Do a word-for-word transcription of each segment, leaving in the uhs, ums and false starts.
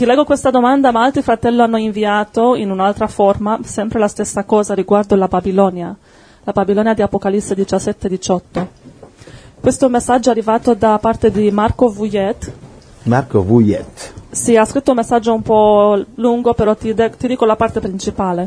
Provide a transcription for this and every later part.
ti leggo questa domanda, ma altri fratelli hanno inviato in un'altra forma sempre la stessa cosa riguardo la Babilonia, la Babilonia di Apocalisse diciassette diciotto. Questo messaggio è arrivato da parte di Marco Vuyet. Marco Vuyet. Sì, ha scritto un messaggio un po' lungo, però ti, de- ti dico la parte principale.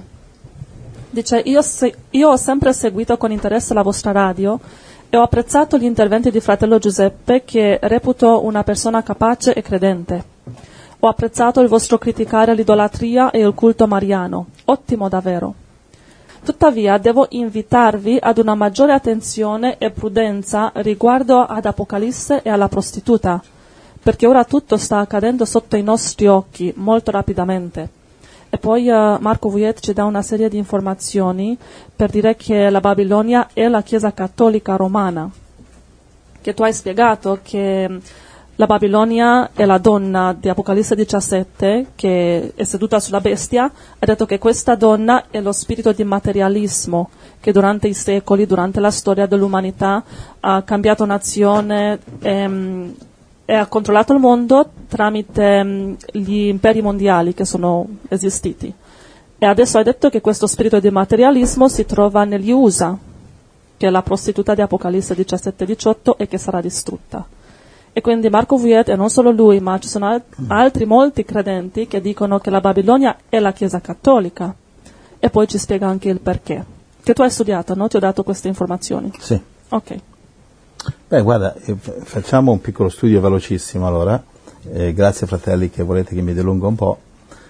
Dice, io, se- io ho sempre seguito con interesse la vostra radio e ho apprezzato gli interventi di fratello Giuseppe, che reputo una persona capace e credente. Ho apprezzato il vostro criticare l'idolatria e il culto mariano. Ottimo davvero. Tuttavia devo invitarvi ad una maggiore attenzione e prudenza riguardo ad Apocalisse e alla prostituta, perché ora tutto sta accadendo sotto i nostri occhi molto rapidamente. E poi uh, Marco Vuyet ci dà una serie di informazioni per dire che la Babilonia è la Chiesa Cattolica Romana, che tu hai spiegato che la Babilonia è la donna di Apocalisse diciassette che è seduta sulla bestia. Ha detto che questa donna è lo spirito di materialismo che durante i secoli, durante la storia dell'umanità, ha cambiato nazione ehm, e ha controllato il mondo tramite ehm, gli imperi mondiali che sono esistiti. E adesso ha detto che questo spirito di materialismo si trova negli U S A, che è la prostituta di Apocalisse diciassette diciotto e che sarà distrutta. E quindi Marco Vuyet, e non solo lui, ma ci sono altri molti credenti che dicono che la Babilonia è la Chiesa Cattolica. E poi ci spiega anche il perché. Che tu hai studiato, no? Ti ho dato queste informazioni. Sì. Ok. Beh, guarda, eh, facciamo un piccolo studio velocissimo allora. Eh, grazie fratelli che volete che mi dilunga un po'.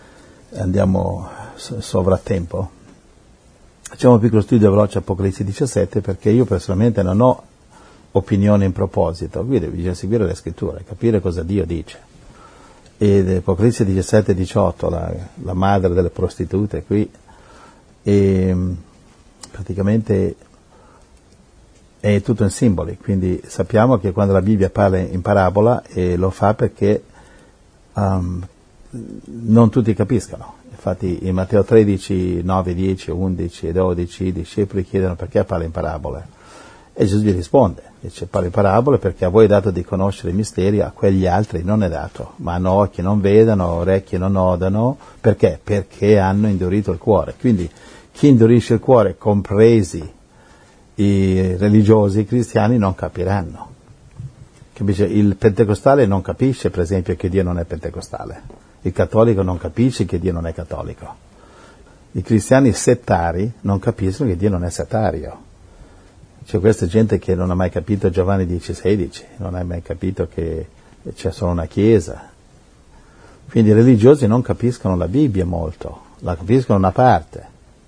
Andiamo so- sovrattempo. Facciamo un piccolo studio veloce Apocalisse diciassette, perché io personalmente non ho opinione in proposito, quindi bisogna seguire le scritture, capire cosa Dio dice. Ed Apocalisse diciassette diciotto, la, la madre delle prostitute qui, e praticamente è tutto in simboli, quindi sappiamo che quando la Bibbia parla in parabola eh, lo fa perché um, non tutti capiscono. Infatti in Matteo tredici, nove, dieci, undici e dodici i discepoli chiedono perché parla in parabole. E Gesù gli risponde, dice, parla in parabole perché a voi è dato di conoscere i misteri, a quegli altri non è dato, ma hanno occhi non vedano, orecchie non odano, perché? Perché hanno indurito il cuore. Quindi chi indurisce il cuore, compresi i religiosi, i cristiani, non capiranno. Capisce? Il pentecostale non capisce, per esempio, che Dio non è pentecostale. Il cattolico non capisce che Dio non è cattolico. I cristiani settari non capiscono che Dio non è settario. C'è questa gente che non ha mai capito Giovanni dieci sedici, non ha mai capito che c'è solo una chiesa. Quindi i religiosi non capiscono la Bibbia molto, la capiscono una parte.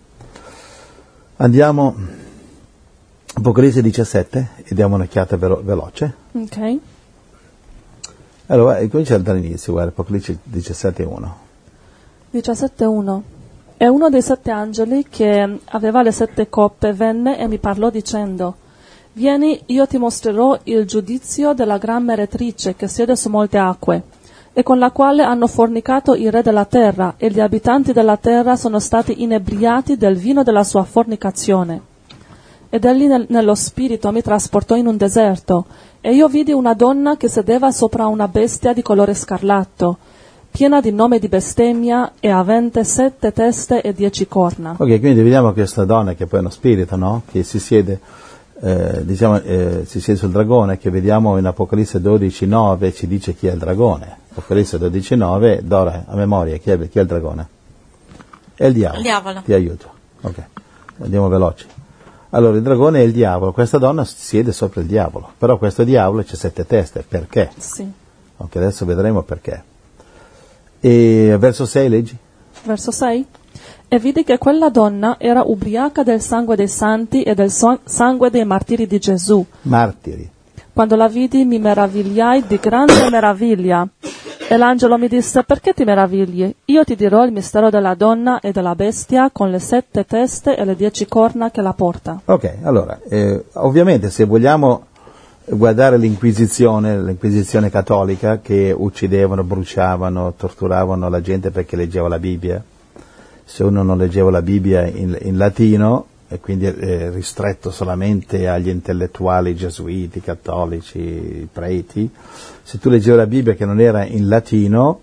Andiamo a Apocalisse diciassette e diamo un'occhiata velo- veloce. Ok. Allora, cominciamo dall'inizio, guarda, Apocalisse diciassette uno. diciassette uno. E uno dei sette angeli che aveva le sette coppe venne e mi parlò dicendo: vieni, io ti mostrerò il giudizio della gran meretrice che siede su molte acque, e con la quale hanno fornicato i re della terra, e gli abitanti della terra sono stati inebriati del vino della sua fornicazione. Ed egli nel, nello spirito mi trasportò in un deserto, e io vidi una donna che sedeva sopra una bestia di colore scarlatto, piena di nome di bestemmia e avente sette teste e dieci corna. Ok, quindi vediamo questa donna che poi è uno spirito, no? Che si siede, eh, diciamo, eh, si siede sul dragone, che vediamo in Apocalisse dodici nove, ci dice chi è il dragone. Apocalisse dodici nove, Dora, a memoria, chi è, chi è il dragone? È il diavolo. Il diavolo. Ti aiuto. Ok, andiamo veloci. Allora, il dragone è il diavolo, questa donna siede sopra il diavolo, però questo diavolo c'è sette teste, perché? Sì. Ok, adesso vedremo perché. E verso sei leggi? Verso sei. E vidi che quella donna era ubriaca del sangue dei santi e del so- sangue dei martiri di Gesù. Martiri. Quando la vidi mi meravigliai di grande meraviglia. E l'angelo mi disse: perché ti meravigli? Io ti dirò il mistero della donna e della bestia con le sette teste e le dieci corna che la porta. Ok, allora, eh, ovviamente se vogliamo guardare l'Inquisizione, l'Inquisizione cattolica, che uccidevano, bruciavano, torturavano la gente perché leggeva la Bibbia, se uno non leggeva la Bibbia in, in latino, e quindi eh, ristretto solamente agli intellettuali gesuiti, cattolici, preti, se tu leggevi la Bibbia che non era in latino,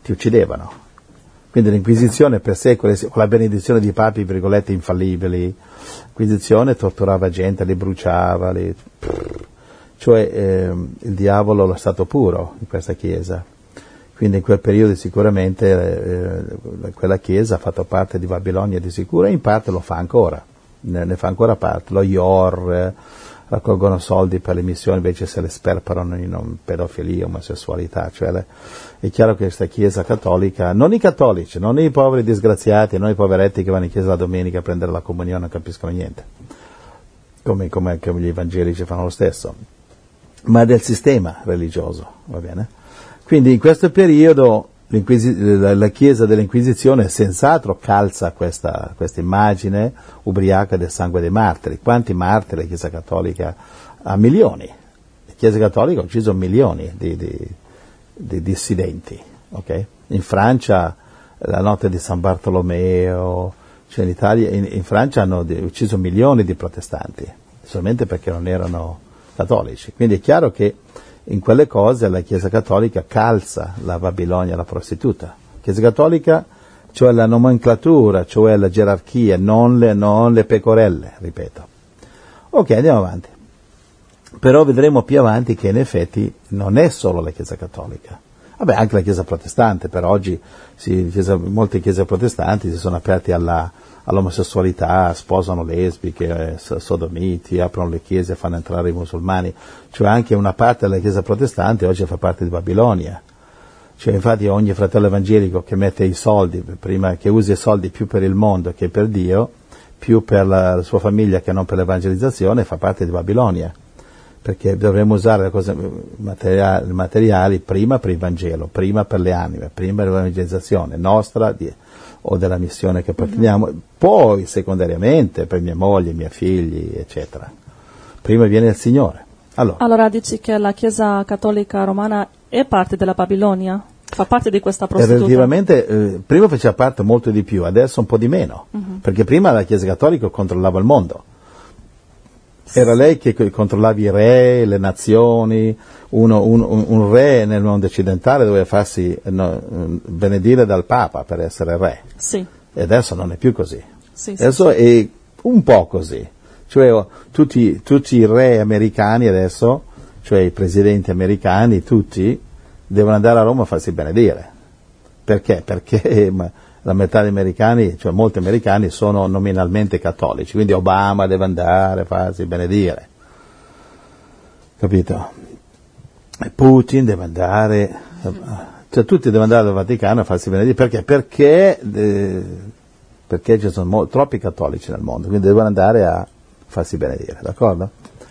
ti uccidevano. Quindi l'Inquisizione per secoli, con la benedizione di papi, virgolette, infallibili, l'Inquisizione torturava gente, li bruciava, li... cioè eh, il diavolo lo stato puro in questa Chiesa. Quindi in quel periodo sicuramente eh, quella Chiesa ha fatto parte di Babilonia di sicuro e in parte lo fa ancora, ne, ne fa ancora parte. Lo I O R, eh, raccolgono soldi per le missioni, invece se le sperperano in pedofilia, omosessualità. Cioè le, è chiaro che questa Chiesa cattolica, non i cattolici, non i poveri disgraziati, non i poveretti che vanno in chiesa la domenica a prendere la comunione non capiscono niente, come, come, come gli evangelici fanno lo stesso, ma del sistema religioso, va bene? Quindi in questo periodo la, la Chiesa dell'Inquisizione senz'altro calza questa, questa immagine ubriaca del sangue dei martiri. Quanti martiri la Chiesa Cattolica ha? Milioni. La Chiesa Cattolica ha ucciso milioni di, di, di dissidenti. Okay? In Francia la notte di San Bartolomeo, cioè in Italia, in, in Francia hanno di, ucciso milioni di protestanti, solamente perché non erano cattolici. Quindi è chiaro che in quelle cose la Chiesa Cattolica calza la Babilonia, la prostituta. Chiesa Cattolica, cioè la nomenclatura, cioè la gerarchia, non le, non le pecorelle, ripeto. Ok, andiamo avanti. Però vedremo più avanti che in effetti non è solo la Chiesa Cattolica. Vabbè, anche la Chiesa Protestante, per oggi si, chiesa, molte chiese protestanti si sono aperte alla, all'omosessualità, sposano lesbiche, sodomiti, aprono le chiese e fanno entrare i musulmani. Cioè anche una parte della Chiesa protestante oggi fa parte di Babilonia. Cioè infatti ogni fratello evangelico che mette i soldi, prima che usi i soldi più per il mondo che per Dio, più per la, la sua famiglia che non per l'evangelizzazione, fa parte di Babilonia. Perché dovremmo usare le cose materiali, materiali prima per il Vangelo, prima per le anime, prima per l'evangelizzazione nostra di, o della missione che portiamo, mm-hmm. Poi secondariamente per mia moglie, i miei figli, eccetera. Prima viene il Signore. Allora, allora dici che la Chiesa Cattolica Romana è parte della Babilonia? Fa parte di questa prostituta? Relativamente, eh, prima faceva parte molto di più, adesso un po' di meno, mm-hmm. Perché prima la Chiesa Cattolica controllava il mondo. Era lei che controllava i re, le nazioni, uno, un, un re nel mondo occidentale doveva farsi no, benedire dal Papa per essere re. Sì. E adesso non è più così. Sì, adesso sì, è un po' così. Cioè tutti, tutti i re americani adesso, cioè i presidenti americani, tutti, devono andare a Roma a farsi benedire. Perché? Perché la metà degli americani, cioè molti americani, sono nominalmente cattolici, quindi Obama deve andare a farsi benedire, capito? E Putin deve andare, cioè tutti devono andare al Vaticano a farsi benedire, perché? Perché, eh, perché ci sono mo- troppi cattolici nel mondo, quindi devono andare a farsi benedire, d'accordo?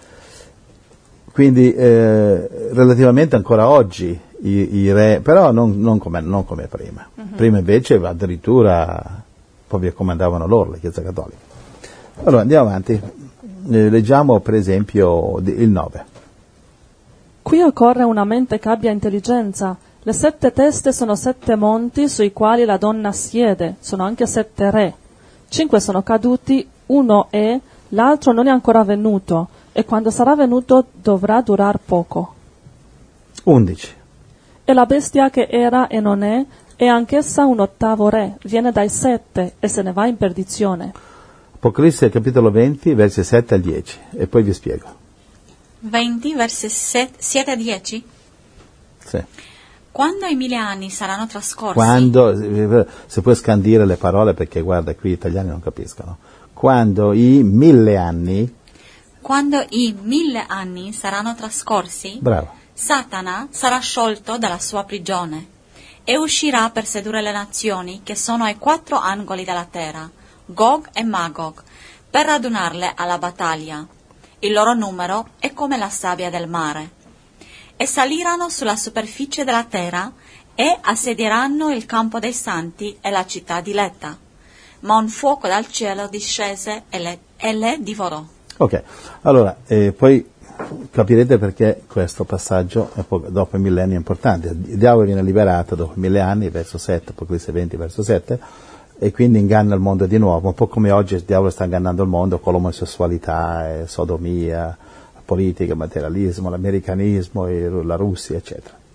Quindi eh, relativamente ancora oggi I, i re, però non, non, come, non come prima. Uh-huh. Prima invece addirittura proprio comandavano loro, la Chiesa Cattolica. Allora andiamo avanti, eh, leggiamo per esempio il nove. Qui occorre una mente che abbia intelligenza. Le sette teste sono sette monti sui quali la donna siede, sono anche sette re. Cinque sono caduti, uno è, l'altro non è ancora venuto, e quando sarà venuto dovrà durar poco. Undici. E la bestia che era e non è, è anch'essa un ottavo re, viene dai sette e se ne va in perdizione. Apocalisse capitolo venti, versi sette al dieci, e poi vi spiego. venti, versi sette a dieci? Sì. Quando i mille anni saranno trascorsi... Quando, se puoi scandire le parole perché guarda, qui gli italiani non capiscono. Quando i mille anni... Quando i mille anni saranno trascorsi... Bravo. Satana sarà sciolto dalla sua prigione e uscirà per sedurre le nazioni che sono ai quattro angoli della terra, Gog e Magog, per radunarle alla battaglia. Il loro numero è come la sabbia del mare. E saliranno sulla superficie della terra e assedieranno il campo dei santi e la città diletta. Ma un fuoco dal cielo discese e le, e le divorò. Ok, allora, eh, poi... capirete perché questo passaggio dopo i millenni è importante. Il diavolo viene liberato dopo i mille anni, verso sette, Apocalisse venti, verso sette, e quindi inganna il mondo di nuovo, un po' come oggi il diavolo sta ingannando il mondo con l'omosessualità, e sodomia, la politica, il materialismo, l'americanismo, e la Russia, eccetera.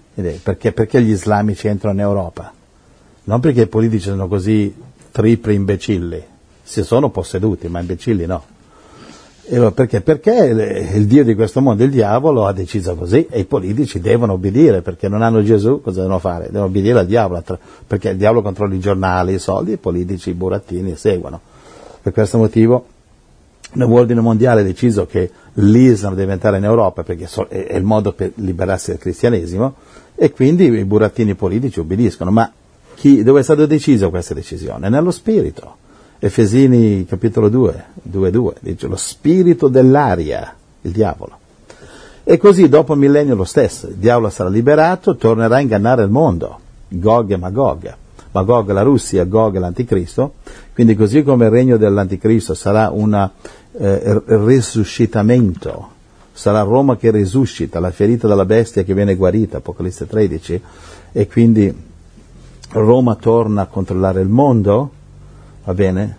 Perché, perché gli islamici entrano in Europa? Non perché i politici sono così tripli imbecilli, si sono posseduti, ma imbecilli no. E perché? Perché il, il Dio di questo mondo, il diavolo, ha deciso così e i politici devono obbedire, perché non hanno Gesù, cosa devono fare? Devono obbedire al diavolo, perché il diavolo controlla i giornali, i soldi, i politici, i burattini seguono. Per questo motivo l'ordine mondiale ha deciso che l'Islam deve entrare in Europa perché è il modo per liberarsi del cristianesimo, e quindi i burattini politici obbediscono. Ma chi, dove è stato deciso questa decisione? Nello spirito. Efesini capitolo due, due due, dice lo spirito dell'aria, il diavolo. E così dopo il millennio lo stesso, il diavolo sarà liberato, tornerà a ingannare il mondo, Gog e Magog. Magog è la Russia, Gog è l'anticristo, quindi così come il regno dell'anticristo sarà un eh, risuscitamento, sarà Roma che risuscita, la ferita della bestia che viene guarita, Apocalisse tredici, e quindi Roma torna a controllare il mondo, va bene?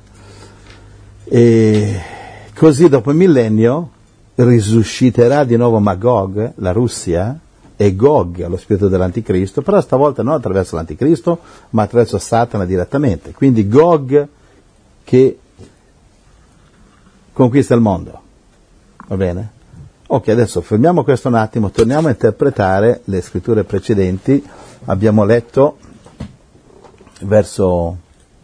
E così dopo il millennio risusciterà di nuovo Magog, la Russia, e Gog, lo spirito dell'anticristo, però stavolta non attraverso l'anticristo, ma attraverso Satana direttamente. Quindi Gog che conquista il mondo. Va bene? Ok, adesso fermiamo questo un attimo, torniamo a interpretare le scritture precedenti. Abbiamo letto verso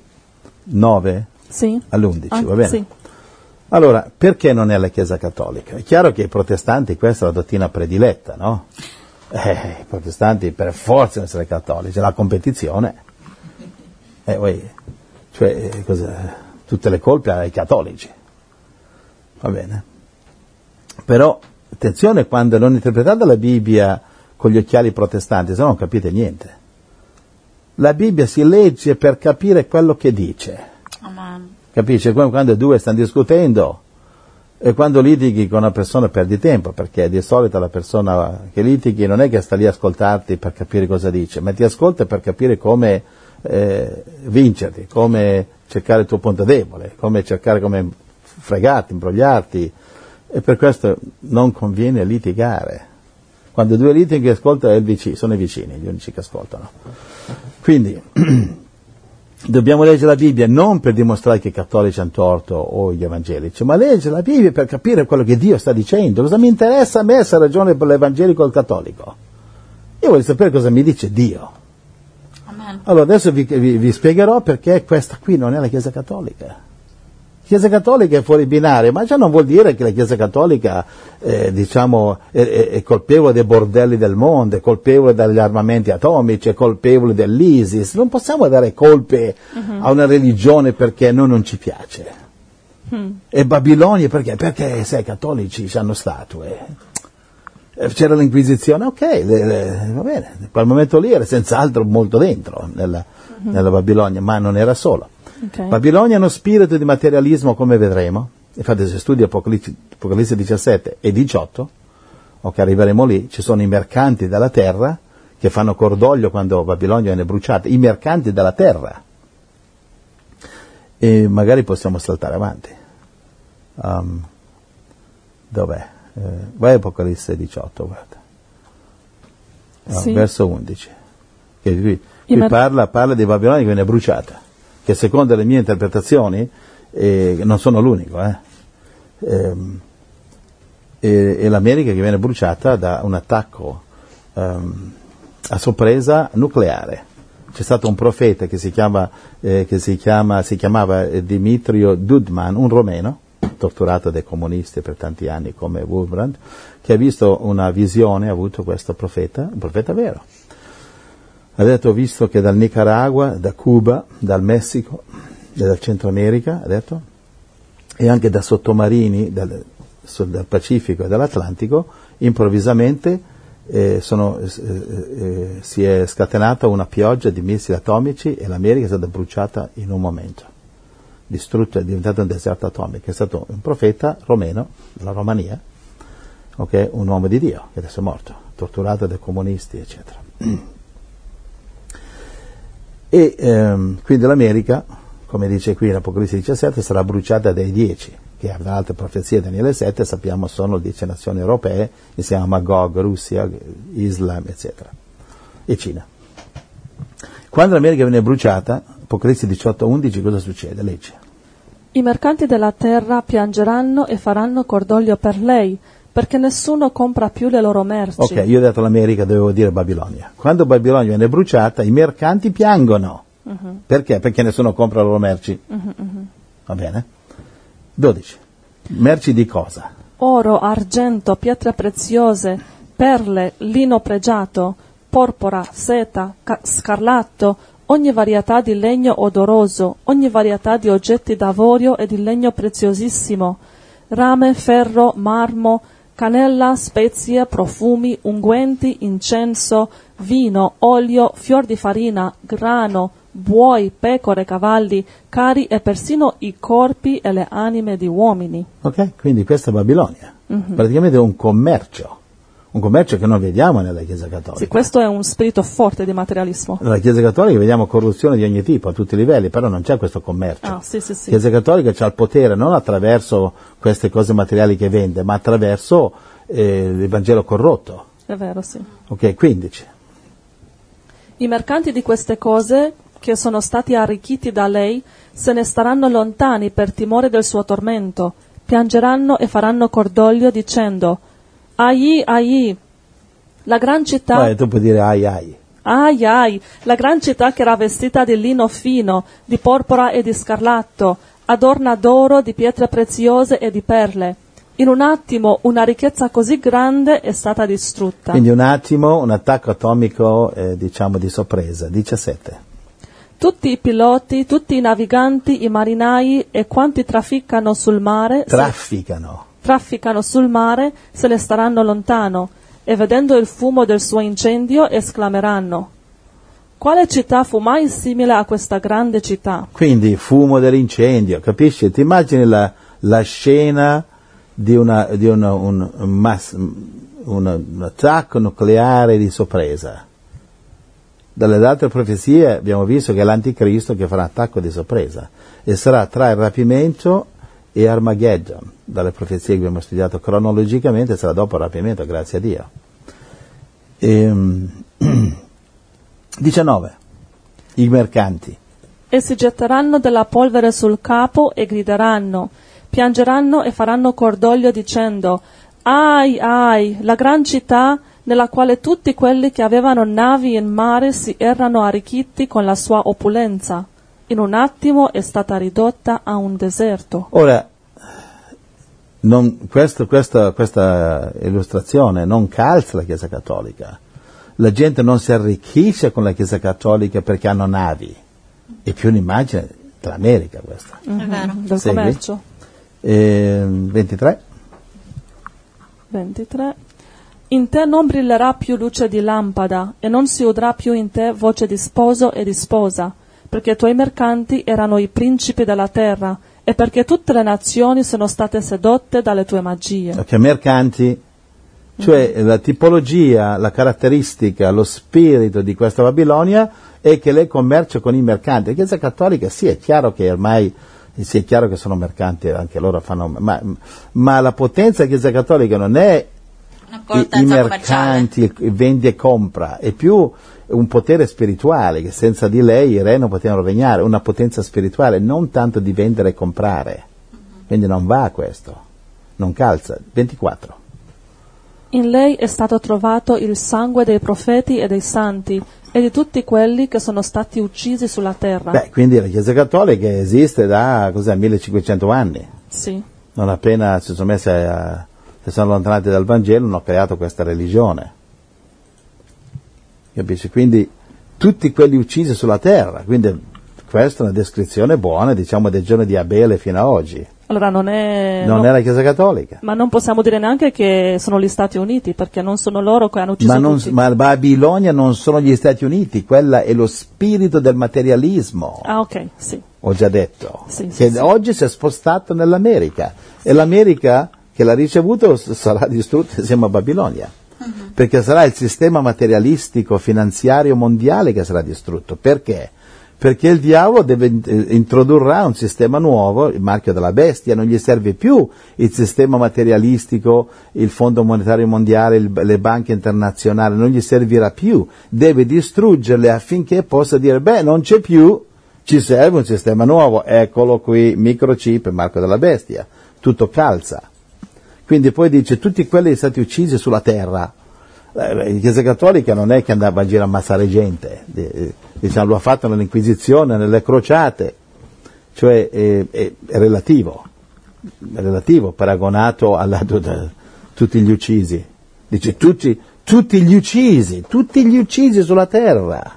nove sì. all'undici, ah, va bene? Sì. Allora, perché non è la Chiesa cattolica? È chiaro che i protestanti, questa è la dottrina prediletta, no? Eh, i protestanti per forza devono essere cattolici, la competizione. Eh, voi, cioè, cosa, tutte le colpe ai cattolici. Va bene? Però, attenzione quando non interpretate la Bibbia con gli occhiali protestanti, se no non capite niente. La Bibbia si legge per capire quello che dice. Amen. Capisce? Come quando due stanno discutendo e quando litighi con una persona perdi tempo, perché di solito la persona che litighi non è che sta lì a ascoltarti per capire cosa dice, ma ti ascolta per capire come eh, vincerti, come cercare il tuo punto debole, come cercare come fregarti, imbrogliarti, e per questo non conviene litigare. Quando due litighi ascolta il vicino, sono i vicini, gli unici che ascoltano. Quindi dobbiamo leggere la Bibbia non per dimostrare che i cattolici hanno torto o gli evangelici, ma leggere la Bibbia per capire quello che Dio sta dicendo. Cosa mi interessa a me se ha ragione per l'evangelico o il cattolico? Io voglio sapere cosa mi dice Dio. Amen. Allora adesso vi, vi, vi spiegherò perché questa qui non è la Chiesa cattolica. La Chiesa cattolica è fuori binario, ma già non vuol dire che la Chiesa cattolica eh, diciamo, è, è, è colpevole dei bordelli del mondo, è colpevole degli armamenti atomici, è colpevole dell'ISIS. Non possiamo dare colpe uh-huh. a una religione perché a noi non ci piace. Uh-huh. E Babilonia perché? Perché sai, i cattolici hanno statue. C'era l'Inquisizione, ok, le, le, va bene, in quel momento lì era senz'altro molto dentro nella, uh-huh. nella Babilonia, ma non era solo. Okay. Babilonia è uno spirito di materialismo, come vedremo. Infatti se studi Apocalisse, Apocalisse diciassette e diciotto, ok, arriveremo lì, ci sono i mercanti della terra che fanno cordoglio quando Babilonia viene bruciata, i mercanti della terra. E magari possiamo saltare avanti. Um, dov'è? Eh, vai a Apocalisse diciotto, guarda. No, sì. Verso undici. Che qui, qui mer- parla, parla di Babilonia che viene bruciata, che secondo le mie interpretazioni eh, non sono l'unico, eh. Ehm, e, e l'America che viene bruciata da un attacco um, a sorpresa nucleare. C'è stato un profeta che si chiama, eh, che si chiama, si chiamava Dimitrio Dudman, un romeno, torturato dai comunisti per tanti anni come Wurmbrand, che ha visto una visione, ha avuto questo profeta, un profeta vero. Ha detto, ho visto che dal Nicaragua, da Cuba, dal Messico, dal Centro America, ha detto, e anche da sottomarini dal, dal Pacifico e dall'Atlantico, improvvisamente eh, sono, eh, eh, si è scatenata una pioggia di missili atomici e l'America è stata bruciata in un momento. Distrutto, è diventato un deserto atomico. È stato un profeta romeno, della Romania, okay, un uomo di Dio, che adesso è morto, torturato dai comunisti, eccetera. E ehm, quindi l'America, come dice qui in Apocalisse diciassette, sarà bruciata dai dieci, che da altre profezie, Daniele sette, sappiamo sono le dieci nazioni europee, insieme a Magog, Russia, Islam, eccetera. e Cina. Quando l'America viene bruciata, Apocalisse diciotto undici, cosa succede? Legge. I mercanti della terra piangeranno e faranno cordoglio per lei, perché nessuno compra più le loro merci. Ok, io ho detto l'America, dovevo dire Babilonia. Quando Babilonia viene bruciata, i mercanti piangono. Uh-huh. Perché? Perché nessuno compra le loro merci. Uh-huh, uh-huh. Va bene? dodici. Merci di cosa? Oro, argento, pietre preziose, perle, lino pregiato, porpora, seta, ca- scarlatto, ogni varietà di legno odoroso, ogni varietà di oggetti d'avorio e di legno preziosissimo, rame, ferro, marmo, cannella, spezie, profumi, unguenti, incenso, vino, olio, fior di farina, grano, buoi, pecore, cavalli, carri e persino i corpi e le anime di uomini. Ok, quindi questa è Babilonia. Mm-hmm. Praticamente è un commercio. Un commercio che non vediamo nella Chiesa Cattolica. Sì, questo è un spirito forte di materialismo. Nella Chiesa Cattolica vediamo corruzione di ogni tipo, a tutti i livelli, però non c'è questo commercio. Ah, sì, sì, sì. La Chiesa Cattolica ha il potere non attraverso queste cose materiali che vende, ma attraverso eh, l'Evangelo corrotto. È vero, sì. Ok, quindici. I mercanti di queste cose, che sono stati arricchiti da lei, se ne staranno lontani per timore del suo tormento, piangeranno e faranno cordoglio dicendo: Ai, ai, la gran città... Poi tu puoi dire ai, ai. Ai, ai, la gran città che era vestita di lino fino, di porpora e di scarlatto, adorna d'oro, di pietre preziose e di perle. In un attimo una ricchezza così grande è stata distrutta. Quindi un attimo, un attacco atomico, eh, diciamo, di sorpresa. diciassette. Tutti i piloti, tutti i naviganti, i marinai e quanti trafficano sul mare... Trafficano. trafficano sul mare se ne staranno lontano e vedendo il fumo del suo incendio esclameranno: quale città fu mai simile a questa grande città? Quindi fumo dell'incendio, capisci? Ti immagini la, la scena di, una, di una, un, un, mass, un, un attacco nucleare di sorpresa. Dalle altre profezie abbiamo visto che è l'anticristo che farà un attacco di sorpresa e sarà tra il rapimento e Armageddon. Dalle profezie che abbiamo studiato cronologicamente sarà dopo il rapimento, grazie a Dio. E, diciannove. I mercanti. E si getteranno della polvere sul capo e grideranno, piangeranno e faranno cordoglio dicendo: ai, ai, la gran città nella quale tutti quelli che avevano navi in mare si erano arricchiti con la sua opulenza. In un attimo è stata ridotta a un deserto. Ora, non, questo, questa, questa illustrazione non calza la Chiesa Cattolica. La gente non si arricchisce con la Chiesa Cattolica perché hanno navi. È più un'immagine dell'America questa. Mm-hmm. È vero. Del Segui? commercio. E, ventitré. ventitré. In te non brillerà più luce di lampada e non si udrà più in te voce di sposo e di sposa, perché i tuoi mercanti erano i principi della terra e perché tutte le nazioni sono state sedotte dalle tue magie. Ok, mercanti, cioè mm-hmm. la tipologia, la caratteristica, lo spirito di questa Babilonia è che lei commercia con i mercanti. La Chiesa Cattolica sì, è chiaro che ormai sì, è chiaro che sono mercanti, anche loro fanno, ma, ma la potenza della Chiesa Cattolica non è I, i mercanti, vendi e compra, è più un potere spirituale che senza di lei i re non potevano regnare, una potenza spirituale, non tanto di vendere e comprare. Quindi non va questo, non calza. ventiquattro. In lei è stato trovato il sangue dei profeti e dei santi e di tutti quelli che sono stati uccisi sulla terra. Beh, quindi la Chiesa Cattolica esiste da cos'è, millecinquecento anni. Sì. Non appena si sono messe a si sono allontanati dal Vangelo, hanno creato questa religione. Capisci? Quindi tutti quelli uccisi sulla terra, quindi questa è una descrizione buona, diciamo, del giorno di Abele fino a oggi. Allora non è... Non no, è la Chiesa Cattolica. Ma non possiamo dire neanche che sono gli Stati Uniti, perché non sono loro che hanno ucciso ma non, tutti. Ma Babilonia non sono gli Stati Uniti, quella è lo spirito del materialismo. Ah, ok, sì. Ho già detto. Sì, che sì, sì. oggi si è spostato nell'America. E l'America che l'ha ricevuto sarà distrutta insieme a Babilonia, uh-huh. perché sarà il sistema materialistico finanziario mondiale che sarà distrutto. Perché? Perché il diavolo deve, eh, introdurrà un sistema nuovo, il marchio della bestia, non gli serve più il sistema materialistico, il Fondo Monetario Mondiale, il, le banche internazionali, non gli servirà più, deve distruggerle affinché possa dire, beh, non c'è più, ci serve un sistema nuovo, eccolo qui, microchip, marchio della bestia, tutto calza. Quindi poi dice, tutti quelli sono stati uccisi sulla terra. La Chiesa Cattolica non è che andava a giro a ammazzare gente, diciamo, lo ha fatto nell'Inquisizione, nelle crociate, cioè è, è, è relativo, è relativo, paragonato a tutti gli uccisi. Dice tutti, tutti gli uccisi, tutti gli uccisi sulla terra.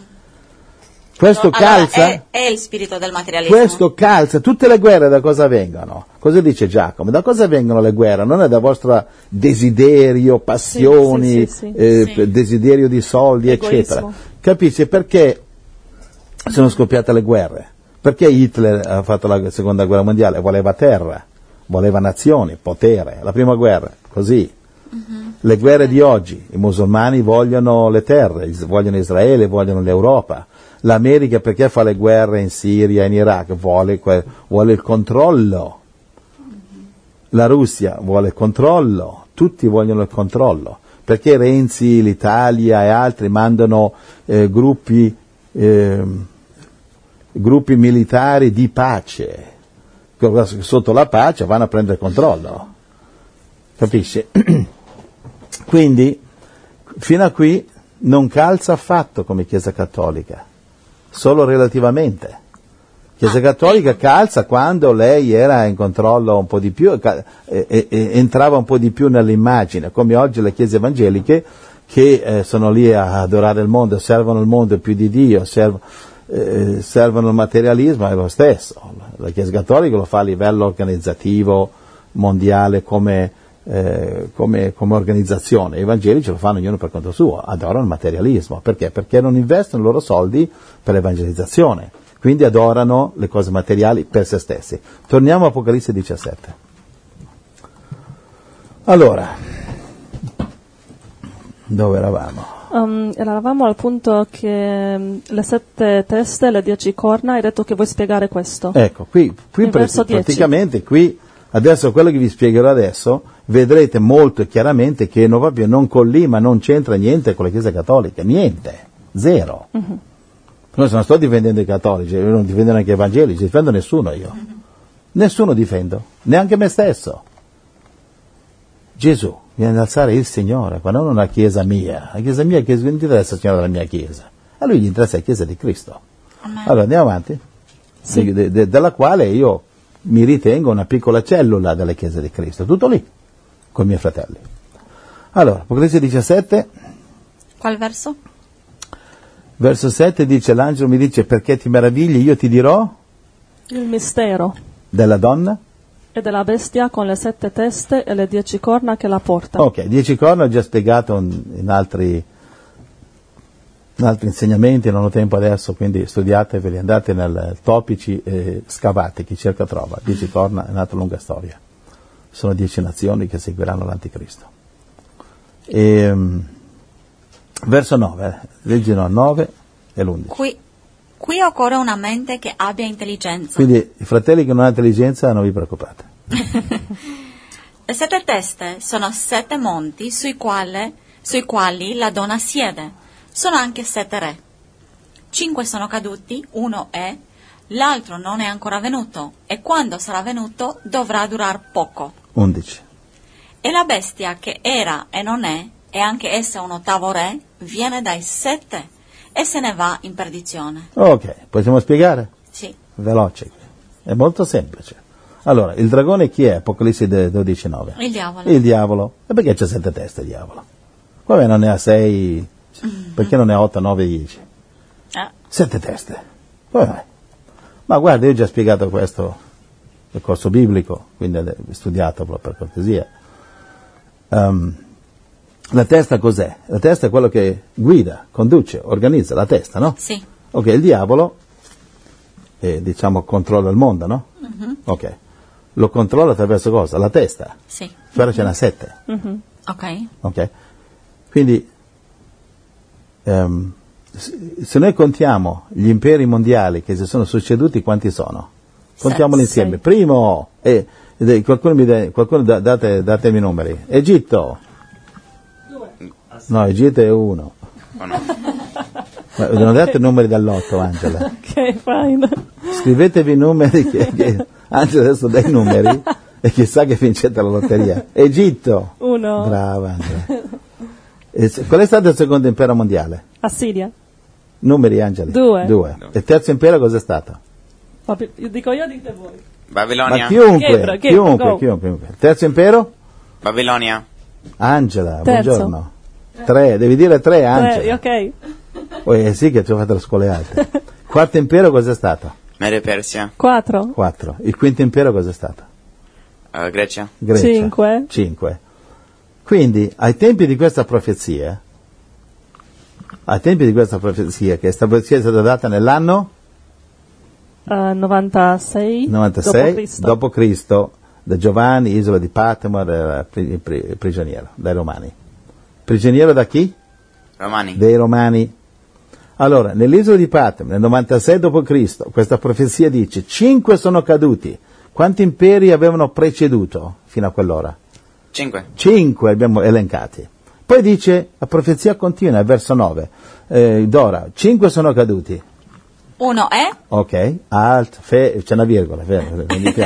Questo no, calza, allora è, è il spirito del materialismo. Questo calza, tutte le guerre da cosa vengono? Cosa dice Giacomo? Da cosa vengono le guerre? Non è da vostro desiderio, passioni, sì, sì, sì, sì. Eh, Sì. desiderio di soldi, Egoismo. eccetera. Capisci perché sono scoppiate le guerre? Perché Hitler ha fatto la seconda guerra mondiale? Voleva terra, voleva nazioni, potere. La prima guerra, così. Uh-huh. Le guerre di oggi, i musulmani vogliono le terre, vogliono Israele, vogliono l'Europa. L'America perché fa le guerre in Siria, in Iraq? Vuole, vuole il controllo. La Russia vuole il controllo, tutti vogliono il controllo. Perché Renzi, l'Italia e altri mandano eh, gruppi, eh, gruppi militari di pace. Sotto la pace vanno a prendere il controllo. Capisci? Quindi, fino a qui non calza affatto come Chiesa Cattolica. Solo relativamente. Chiesa Cattolica calza quando lei era in controllo un po' di più e, e, e entrava un po' di più nell'immagine, come oggi le chiese evangeliche che eh, sono lì a adorare il mondo, servono il mondo più di Dio, serv- eh, servono il materialismo, è lo stesso. La Chiesa Cattolica lo fa a livello organizzativo, mondiale, come, eh, come, come organizzazione. I evangelici lo fanno ognuno per conto suo, adorano il materialismo. Perché? Perché non investono i loro soldi per l'evangelizzazione, quindi adorano le cose materiali per se stessi. Torniamo a Apocalisse diciassette. Allora, dove eravamo? Um, eravamo al punto che um, le sette teste e le dieci corna, hai detto che vuoi spiegare questo. Ecco, qui, qui Il verso dieci. praticamente, qui, adesso quello che vi spiegherò adesso, vedrete molto chiaramente che non, proprio, non collima, non c'entra niente con la Chiesa Cattolica, niente, zero. Uh-huh. Noi non sto difendendo i cattolici, io non difendo neanche gli evangelici, difendo nessuno io. Uh-huh. Nessuno difendo, neanche me stesso. Gesù viene ad alzare il Signore, ma non una chiesa mia. La chiesa mia, che non interessa il Signore della mia chiesa. A lui gli interessa la chiesa di Cristo. Amen. Allora andiamo avanti, sì. de, de, de, della quale io mi ritengo una piccola cellula della chiesa di Cristo, tutto lì, con i miei fratelli. Allora, Apocalisse diciassette. Qual verso? Verso sette dice, l'angelo mi dice, perché ti meravigli, io ti dirò il mistero della donna e della bestia con le sette teste e le dieci corna che la porta. Ok, dieci corna ho già spiegato in, in, altri, in altri insegnamenti, non ho tempo adesso, quindi studiateveli, andate nel topici e scavate, chi cerca trova. Dieci corna è un'altra lunga storia. Sono dieci nazioni che seguiranno l'Anticristo. E, um, verso nove, leggino nove e l'undici. Qui, qui occorre una mente che abbia intelligenza. Quindi i fratelli che non hanno intelligenza non vi preoccupate. Le sette teste sono sette monti sui quali, sui quali la donna siede. Sono anche sette re. Cinque sono caduti, uno è, l'altro non è ancora venuto, e quando sarà venuto dovrà durar poco. undici. E la bestia che era e non è, e anche essa un ottavo re, viene dai sette e se ne va in perdizione. Ok, possiamo spiegare? Sì. Veloce. È molto semplice. Allora, il dragone chi è? Apocalisse dodici nove. Il diavolo. Il diavolo. E perché c'è sette teste il diavolo? Come non ne ha sei? Mm-hmm. Perché non ne ha otto, nove, dieci? Eh. Sette teste. Come mai? Ma guarda, io ho già spiegato questo nel corso biblico, quindi studiatelo per cortesia. Um, la testa cos'è? La testa è quello che guida, conduce, organizza, la testa, no? Sì. Ok, il diavolo, eh, diciamo, controlla il mondo, no? Mm-hmm. Ok. Lo controlla attraverso cosa? La testa. Sì. Però mm-hmm. ce n'ha sette. Mm-hmm. Ok. Ok. Quindi, um, se noi contiamo gli imperi mondiali che si sono succeduti, quanti sono? Contiamoli Sei. insieme. Primo, eh, qualcuno mi dà, qualcuno da, date, datemi i numeri. Egitto. Due. No, Egitto è uno. Oh, no. Ma non date i numeri dall'otto, Angela. Ok, fine. Scrivetevi i numeri che, che Angela adesso dà i numeri e chissà che vincete la lotteria. Egitto. Uno. Brava Angela. E, qual è stato il secondo impero mondiale? Assiria. Numeri, Angela. Due. Due. E il terzo impero cos'è stato? Vabbè, io dico io, dite voi. Babilonia. Ma chiunque, Chiebra, chiebra, chiunque, go. chiunque, chiunque. Il terzo impero? Babilonia. Angela, Terzo. buongiorno. Tre, devi dire tre, Angela. Tre, ok. Oh, eh sì che ci ho fatto le scuole alte. Quarto impero cos'è stato? Medio Persia. Quattro. Quattro. Il quinto impero cos'è stato? Uh, Grecia. Grecia. Cinque. Cinque. Quindi, ai tempi di questa profezia, ai tempi di questa profezia, che questa profezia è stata data nell'anno Uh, novantasei. novantasei dopo Cristo. dopo Cristo, da Giovanni, isola di Patmo, era pri- pri- prigioniero dai Romani. Prigioniero da chi? Romani. Dei Romani. Allora, nell'isola di Patmo, nel novantasei dopo Cristo, questa profezia dice: cinque sono caduti. Quanti imperi avevano preceduto fino a quell'ora? Cinque. Cinque abbiamo elencati. Poi dice, la profezia continua, verso nove. Eh, Dora, cinque sono caduti. Uno è, Ok, alt, fe, c'è una virgola, vero?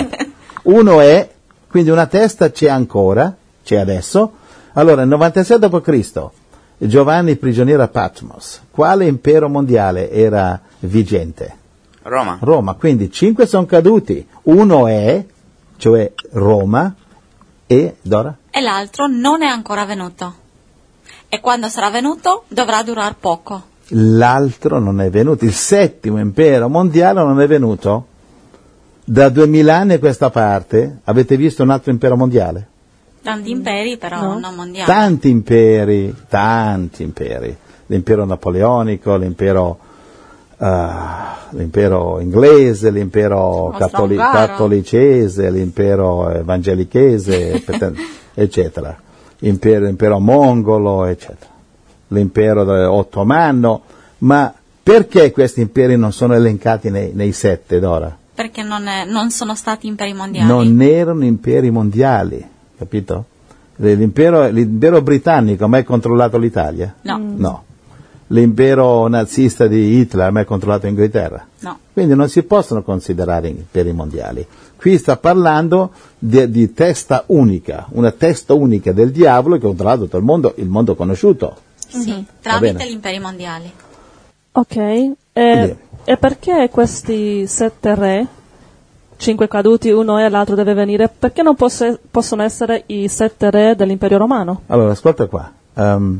Uno è, quindi una testa c'è ancora, c'è adesso. Allora, nel novantasei dopo Cristo, Giovanni prigioniero a Patmos, quale impero mondiale era vigente? Roma. Roma, quindi cinque sono caduti, uno è, cioè Roma, e Dora? e l'altro non è ancora venuto. E quando sarà venuto dovrà durare poco. L'altro non è venuto, il settimo impero mondiale non è venuto. Da duemila anni a questa parte avete visto un altro impero mondiale? Tanti imperi però No. non mondiali. Tanti imperi, tanti imperi. L'impero napoleonico, l'impero, uh, l'impero inglese, l'impero cattoli- Austro-Ungaro. cattolicese, l'impero evangelichese, eccetera. Impero, l'impero mongolo, eccetera. L'impero ottomano. Ma perché questi imperi non sono elencati nei, nei sette, Dora? Perché non, è- non sono stati imperi mondiali. Non erano imperi mondiali, capito? L'impero, l'impero britannico ha mai controllato l'Italia? No. No. L'impero nazista di Hitler ha mai controllato l'Inghilterra? No. Quindi non si possono considerare imperi mondiali. Qui sta parlando di, di testa unica, una testa unica del diavolo che ha controllato tutto il mondo, il mondo conosciuto. Sì, Va tramite bene. gli imperi mondiali. Ok. E, Quindi- e perché questi sette re, cinque caduti, uno è, l'altro deve venire, perché non posse- possono essere i sette re dell'impero romano? Allora, ascolta qua. Um,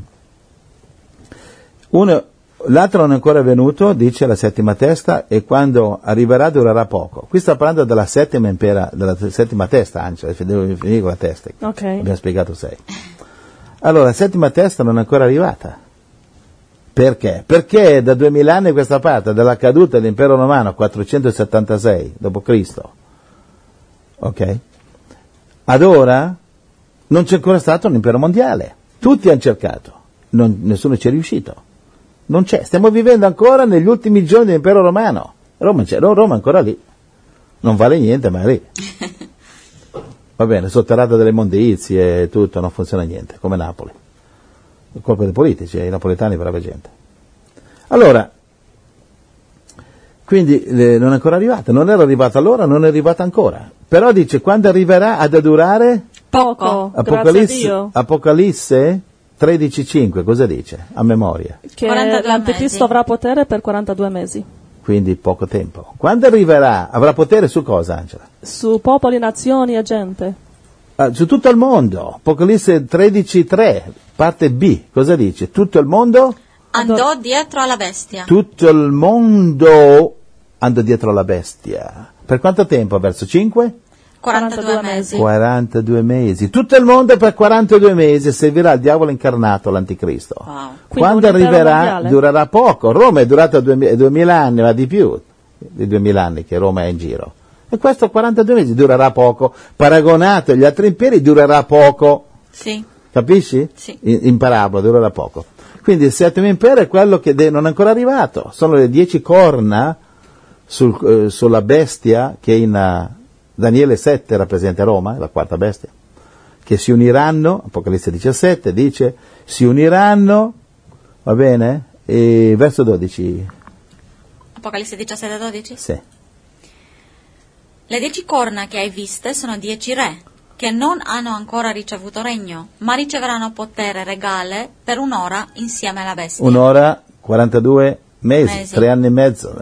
uno, l'altro non è ancora venuto, dice la settima testa, e quando arriverà durerà poco. Qui sta parlando della settima impera, della settima testa, anzi, devo finire con la testa. Ok. Abbiamo spiegato sei. Allora, la settima testa non è ancora arrivata. Perché? Perché da duemila anni a questa parte, dalla caduta dell'impero romano, quattrocentosettantasei dopo Cristo, ok? Ad ora non c'è ancora stato un impero mondiale. Tutti hanno cercato, non- nessuno ci è riuscito. Non c'è. Stiamo vivendo ancora negli ultimi giorni dell'impero romano. Roma, c'è, Roma è ancora lì. Non vale niente, ma è lì. Va bene, sotterrata delle immondizie e tutto, non funziona niente, come Napoli. È colpa dei politici, i napoletani brava gente. Allora, quindi eh, non è ancora arrivata, non era arrivata allora, non è arrivata ancora. Però dice, quando arriverà ad durare? Poco. Grazie a Apocalisse, Dio. Apocalisse tredici cinque, cosa dice? A memoria. Che quarantadue l'anticristo mesi. avrà potere per quarantadue mesi. Quindi poco tempo. Quando arriverà, avrà potere su cosa, Angela? Su popoli, nazioni e gente. Ah, su tutto il mondo. Apocalisse tredici tre, parte B, cosa dice? Tutto il mondo? Andò dietro alla bestia. Tutto il mondo andò dietro alla bestia. Per quanto tempo? Verso cinque? quarantadue quarantadue mesi. quarantadue mesi. Tutto il mondo per quarantadue mesi servirà il diavolo incarnato, l'anticristo. Wow. Quindi Quando un impero arriverà mondiale. durerà poco. Roma è durata duemila, duemila anni, ma di più di duemila anni che Roma è in giro. E questo quarantadue mesi durerà poco. Paragonato agli altri imperi durerà poco. Sì. Capisci? Sì. In, in parabola durerà poco. Quindi il settimo impero è quello che de- non è ancora arrivato, sono le dieci corna sul, eh, sulla bestia che in uh, Daniele sette rappresenta Roma, la quarta bestia, che si uniranno, Apocalisse diciassette dice, si uniranno, va bene? E verso dodici. Apocalisse diciassette dodici? Sì. Le dieci corna che hai viste sono dieci re, che non hanno ancora ricevuto regno, ma riceveranno potere regale per un'ora insieme alla bestia. Un'ora, quarantadue mesi, Mesi. tre anni e mezzo.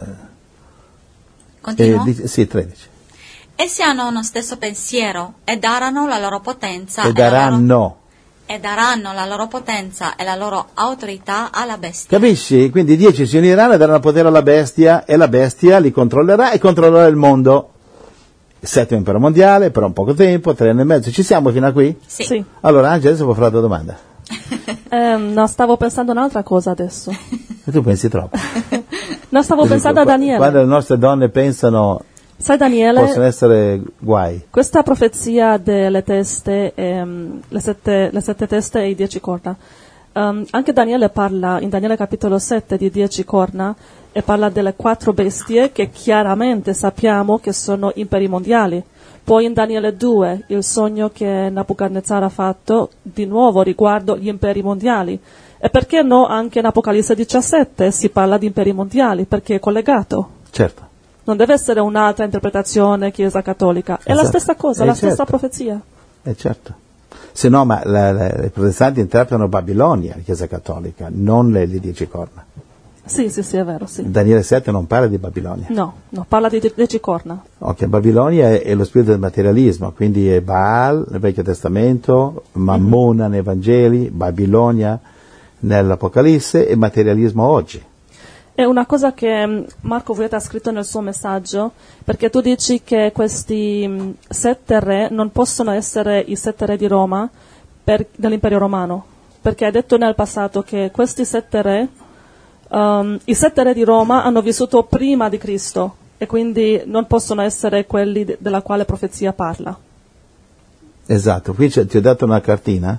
Continuo? Eh, dic- sì, tredici. Essi hanno uno stesso pensiero e daranno la loro potenza E la loro- daranno. e daranno la loro potenza e la loro autorità alla bestia. Capisci? Quindi i dieci si uniranno e daranno potere alla bestia e la bestia li controllerà e controllerà il mondo. Il settimo impero mondiale, per un poco tempo, tre anni e mezzo. Ci siamo fino a qui? Sì. Sì. Allora Angela adesso può fare la tua domanda. Eh, no, stavo pensando un'altra cosa adesso. E tu pensi troppo. No, stavo pensando a Daniele. Quando le nostre donne pensano, Sai Daniele, possono essere guai. questa profezia delle teste, ehm, le, sette, le sette teste e i dieci corna, ehm, anche Daniele parla, in Daniele capitolo sette, di dieci corna, e parla delle quattro bestie che chiaramente sappiamo che sono imperi mondiali. Poi in Daniele due, il sogno che Nabucodonosor ha fatto di nuovo riguardo gli imperi mondiali. E perché no anche in Apocalisse diciassette si parla di imperi mondiali, perché è collegato. Certo. Non deve essere un'altra interpretazione Chiesa Cattolica. È la Esatto. stessa cosa, Eh, la certo. stessa profezia. Eh certo. Se no, ma la, la, i protestanti interpretano Babilonia, la Chiesa Cattolica, non le, le dieci corna. Sì, sì, sì, è vero, sì. Daniele sette non parla di Babilonia. No, no, parla di die- dieci corna. Ok, Babilonia è, è lo spirito del materialismo, quindi è Baal nel Vecchio Testamento, Mammona nei Vangeli, Babilonia nell'Apocalisse e materialismo oggi. È una cosa che mh, Marco Vueta ha scritto nel suo messaggio, perché tu dici che questi mh, sette re non possono essere i sette re di Roma per, dell'Imperio Romano, perché hai detto nel passato che questi sette re, um, i sette re di Roma hanno vissuto prima di Cristo e quindi non possono essere quelli de- della quale profezia parla. Esatto, qui c'è- ti ho dato una cartina,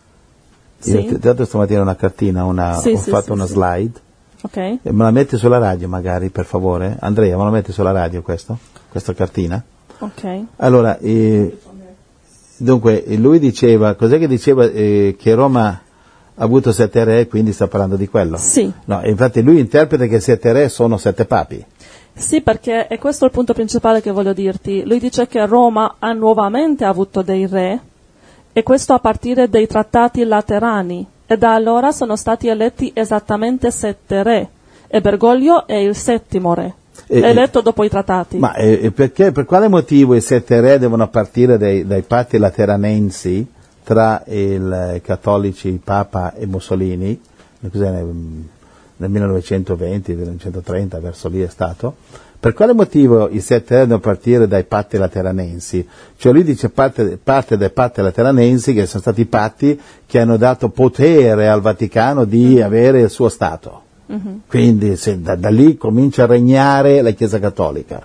Sì. io ti ho dato stamattina una cartina, una, Sì, ho sì, fatto sì, una sì. slide, Ok? e me la metti sulla radio magari per favore, Andrea me la metti sulla radio questo, questa cartina? Ok. Allora, eh, dunque, lui diceva, cos'è che diceva eh, che Roma ha avuto sette re, quindi sta parlando di quello? Sì. No, infatti lui interpreta che sette re sono sette papi. Sì, perché è questo il punto principale che voglio dirti. Lui dice che Roma ha nuovamente avuto dei re, e questo a partire dai trattati laterani, e da allora sono stati eletti esattamente sette re, e Bergoglio è il settimo re, E- eletto dopo i trattati. Ma eh, e perché, per quale motivo i sette re devono partire dai, dai patti lateranensi tra il, i cattolici, il Papa e Mussolini, cos'è, nel, nel millenovecentoventi, millenovecentotrenta, verso lì è stato? Per quale motivo i sette re devono partire dai patti lateranensi? Cioè lui dice parte, parte dai patti lateranensi, che sono stati patti che hanno dato potere al Vaticano di mm-hmm. avere il suo Stato. Mm-hmm. Quindi se da, da lì comincia a regnare la Chiesa Cattolica.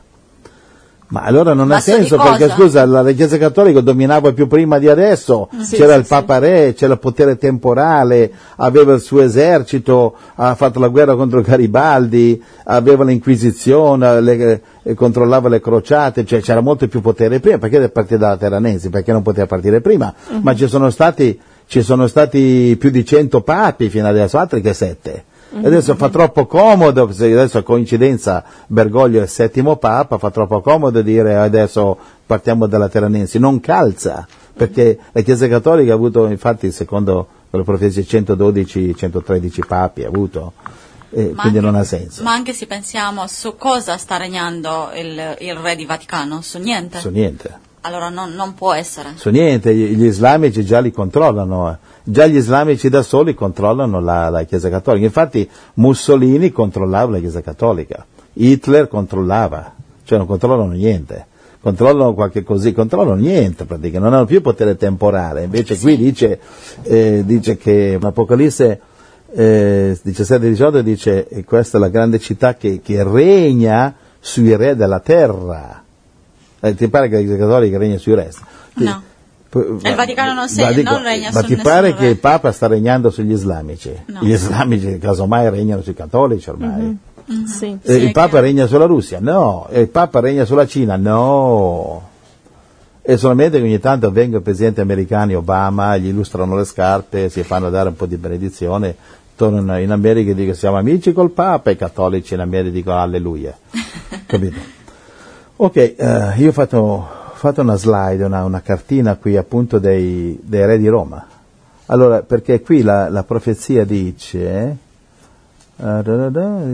Ma allora non Ma ha senso, di cosa? perché scusa, la, la Chiesa Cattolica dominava più prima di adesso, Sì, c'era sì, il Papa Re, c'era il potere temporale, aveva il suo esercito, ha fatto la guerra contro Garibaldi, aveva l'Inquisizione, le, eh, controllava le crociate, cioè c'era molto più potere prima. Perché deve partire dalla Teranensi? Perché non poteva partire prima? Uh-huh. Ma ci sono stati, ci sono stati più di cento papi fino adesso, altri che sette. E adesso fa troppo comodo, se adesso a coincidenza Bergoglio è il settimo Papa, fa troppo comodo dire adesso partiamo dalla Teranensi, non calza, perché la Chiesa Cattolica ha avuto, infatti secondo le profezie, centododici centotredici papi ha avuto, eh, quindi anche, non ha senso. Ma anche se pensiamo su cosa sta regnando il, il re di Vaticano, su niente. Su niente. Allora non, non può essere. Su niente, gli, gli islamici già li controllano, eh. Già gli islamici da soli controllano la, la Chiesa Cattolica. Infatti Mussolini controllava la Chiesa Cattolica, Hitler controllava, cioè non controllano niente, controllano qualche così, controllano niente praticamente, non hanno più potere temporale. Invece qui dice, eh, dice che l'Apocalisse eh, diciassette diciotto dice che questa è la grande città che, che regna sui re della terra. Eh, ti pare che la Chiesa Cattolica regna sui re? No. E il Vaticano non, se, ma dico, non regna ma su ti nessun pare re. che il Papa sta regnando sugli islamici? No. Gli islamici casomai regnano sui cattolici ormai. Mm-hmm. Sì. Eh, Sì, il è Papa chiaro. regna sulla Russia? No. E il Papa regna sulla Cina? No. E solamente che ogni tanto vengono i presidenti americani, Obama, gli illustrano le scarpe, si fanno dare un po' di benedizione, tornano in America e dicono siamo amici col Papa, e i cattolici in America dicono alleluia. Capito? Ok, eh, io ho fatto, ho fatto una slide, una, una cartina qui appunto dei, dei re di Roma. Allora, perché qui la, la profezia dice... Uh, da, da,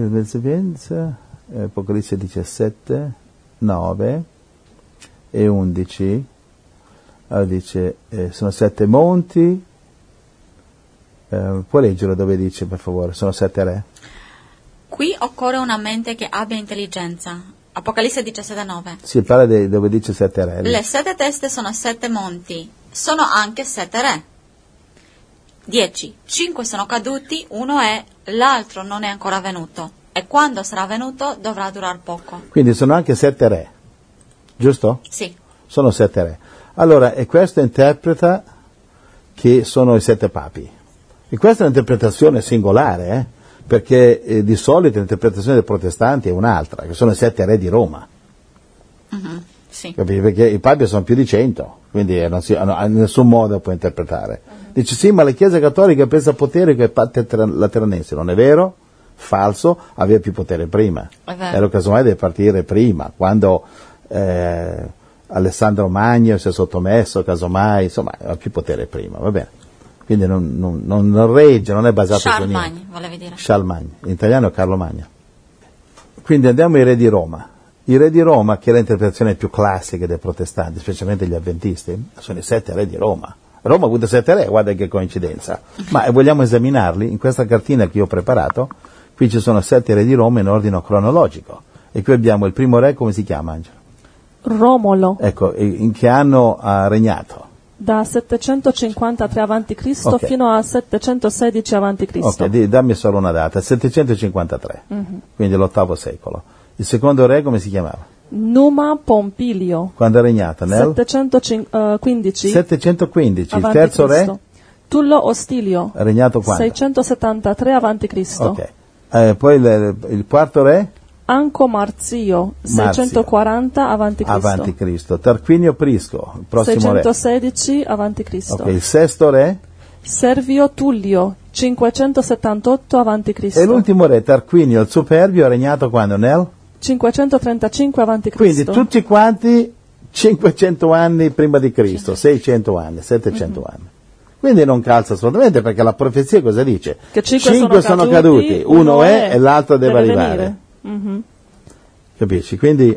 da, Apocalisse diciassette, nove e undici, allora dice eh, sono sette monti, eh, puoi leggerlo dove dice per favore, sono sette re? Qui occorre una mente che abbia intelligenza. Apocalisse diciassette nove. Si parla di, dove dice sette re. Le sette teste sono sette monti, sono anche sette re. Dieci. Cinque sono caduti, uno è, l'altro non è ancora venuto. E quando sarà venuto dovrà durare poco. Quindi sono anche sette re, giusto? Sì. Sono sette re. Allora, e questo interpreta che sono i sette papi. E questa è un'interpretazione singolare, eh? Perché eh, di solito l'interpretazione dei protestanti è un'altra, che sono i sette re di Roma. Mm-hmm. Sì. Capisci? Perché i papi sono più di cento, quindi eh, non si, no, in nessun modo può interpretare. Dice sì, ma la Chiesa Cattolica ha preso potere che i lateranensi. Non è vero? Falso, aveva più potere prima. Era casomai deve partire prima, quando eh, Alessandro Magno si è sottomesso, casomai, insomma, aveva più potere prima, va bene. Quindi non, non, non, non regge, non è basato su niente. Charlemagne, volevi dire. Charlemagne, in italiano è Carlo Magno. Quindi andiamo ai re di Roma. I re di Roma, che è l'interpretazione più classica dei protestanti, specialmente gli avventisti, sono i sette re di Roma. Roma ha avuto sette re, guarda che coincidenza. Ma vogliamo esaminarli? In questa cartina che io ho preparato, qui ci sono sette re di Roma in ordine cronologico. E qui abbiamo il primo re, come si chiama, Angelo? Romolo. Ecco, in che anno ha regnato? Da settecentocinquantatré avanti Cristo Okay. fino a settecentosedici avanti Cristo. Ok, di- dammi solo una data, settecentocinquantatré, Mm-hmm. quindi l'ottavo secolo. Il secondo re come si chiamava? Numa Pompilio. Quando è regnato? Nel settecentoquindici settecentoquindici. Il avanti terzo Cristo. re? Tullo Ostilio. È regnato quando? seicentosettantatré avanti Cristo. Ok. Eh, poi il, il quarto re? Anco Marzio, seicentoquaranta avanti Cristo. Avanti Cristo. Tarquinio Prisco, il prossimo seicentosedici avanti Cristo. re. Ok, il sesto re? Servio Tullio, cinquecentosettantotto avanti Cristo. E l'ultimo re, Tarquinio il Superbio, è regnato quando? Nel? cinquecentotrentacinque avanti Quindi Cristo. tutti quanti cinquecento anni prima di Cristo, seicento anni, settecento anni. Quindi non calza assolutamente, perché la profezia cosa dice? Che cinque sono sono caduti, caduti, uno uno è è, e l'altro deve, deve arrivare. venire. Mhm. Capisci? Quindi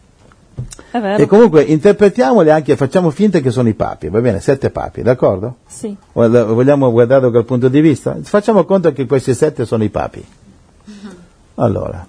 È vero? e comunque interpretiamoli anche, facciamo finta che sono i papi, va bene? Sette papi, d'accordo? Sì. Guarda, vogliamo guardarlo dal punto di vista? Facciamo conto che questi sette sono i papi. Allora,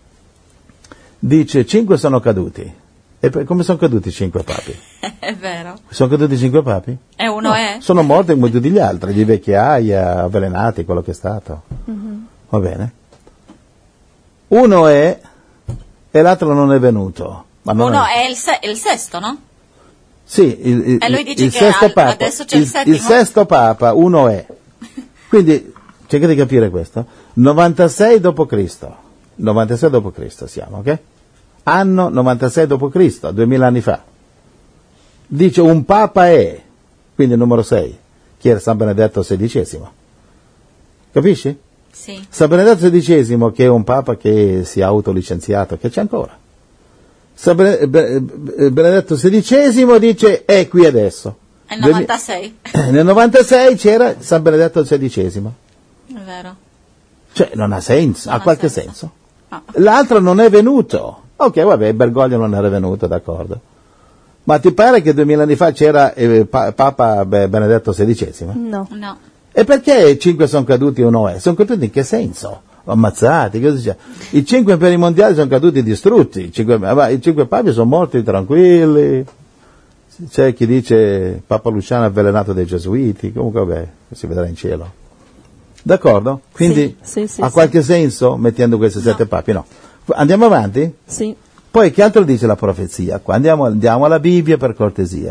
dice cinque sono caduti. E per- come sono caduti i cinque papi? È vero. Sono caduti i cinque papi? E uno No, è? sono morti come tutti gli altri, di vecchiaia, avvelenati, quello che è stato. Va bene? Uno è e l'altro non è venuto. Ma non Uno è- è il, se- il sesto, no? Sì, il, il, E lui dice il che sesto al- papa, adesso c'è il il, settimo. il sesto papa, uno è. Quindi, cercate di capire questo. novantasei dopo Cristo. novantasei dopo Cristo siamo, ok? Anno novantasei dopo Cristo, duemila anni fa. Dice un papa è, quindi il numero sei, chi era San Benedetto sedicesimo. Capisci? Sì. San Benedetto sedicesimo, che è un papa che si è autolicenziato, che c'è ancora. San Bene- Be- Be- Benedetto sedicesimo dice è qui adesso. È il novantasei. Nel novantasei c'era San Benedetto sedicesimo. È vero. Cioè non ha senso, Non ha ha qualche senso. senso. No. L'altro non è venuto. Ok, vabbè, Bergoglio non era venuto, d'accordo. Ma ti pare che duemila anni fa c'era eh, pa- Papa Be- Benedetto sedicesimo? No. No. E perché cinque sono caduti e uno è? Sono caduti in che senso? Ammazzati, cosa c'è? I cinque imperi mondiali sono caduti distrutti, i cinque, ma i cinque papi sono morti tranquilli. C'è chi dice Papa Luciano avvelenato dai gesuiti, comunque vabbè, si vedrà in cielo. D'accordo? Quindi Sì, sì, sì, ha sì. qualche senso mettendo questi sette papi? No. Andiamo avanti? Sì. Poi che altro dice la profezia? Qua andiamo, andiamo alla Bibbia per cortesia.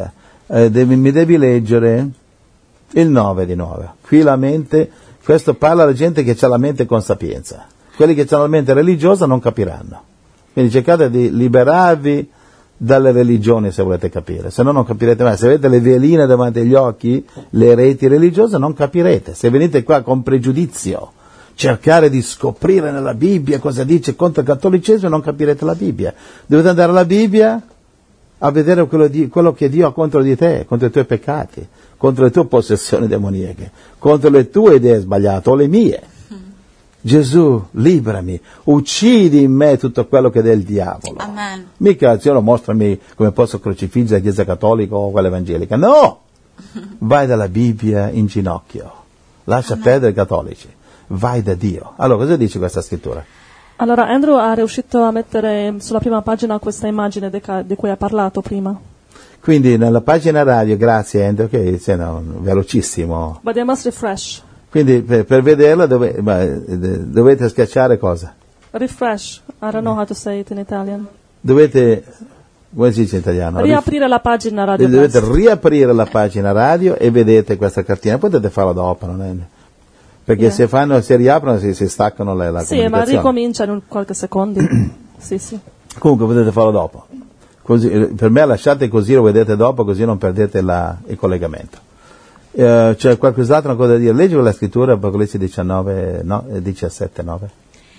eh, devi, mi devi leggere il nove di nuovo. Qui la mente, questo parla alla gente che ha la mente con sapienza. Quelli che hanno la mente religiosa non capiranno. Quindi cercate di liberarvi dalle religioni se volete capire, se no non capirete mai. Se avete le veline davanti agli occhi, le reti religiose, non capirete. Se venite qua con pregiudizio, cercare di scoprire nella Bibbia cosa dice contro il cattolicesimo, non capirete la Bibbia. Dovete andare alla Bibbia a vedere quello, di, quello che Dio ha contro di te, contro i tuoi peccati, contro le tue possessioni demoniache, contro le tue idee sbagliate o le mie. Gesù, liberami, uccidi in me tutto quello che è del diavolo. Amen. Mica, Signore, mostrami come posso crocifiggere la Chiesa Cattolica o quella evangelica. No! Vai dalla Bibbia in ginocchio. Lascia Amen. Perdere i cattolici. Vai da Dio. Allora, cosa dice questa scrittura? Allora, Andrew ha riuscito a mettere sulla prima pagina questa immagine de ca- di cui ha parlato prima. Quindi, nella pagina radio, grazie Andrew, che sei no, velocissimo. But they must refresh. Quindi per, per vederla dove, ma, dovete schiacciare cosa? Refresh. I don't know how to say it in Italian. Dovete, come si dice in italiano? Riaprire la pagina radio. Dovete riaprire la pagina radio e vedete questa cartina. Potete farla dopo, non è? Perché yeah. se fanno, se riaprono si, si staccano le, la sì, comunicazione. Sì, ma ricomincia in qualche secondo. sì, sì. Comunque potete farlo dopo. Così, per me lasciate così, lo vedete dopo, così non perdete la, il collegamento. Uh, c'è qualcos'altro ancora da dire? Leggi la scrittura, Apocalisse diciannove, no, diciassette, nove.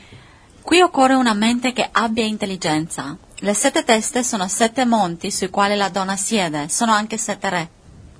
Qui occorre una mente che abbia intelligenza. Le sette teste sono sette monti sui quali la donna siede, sono anche sette re.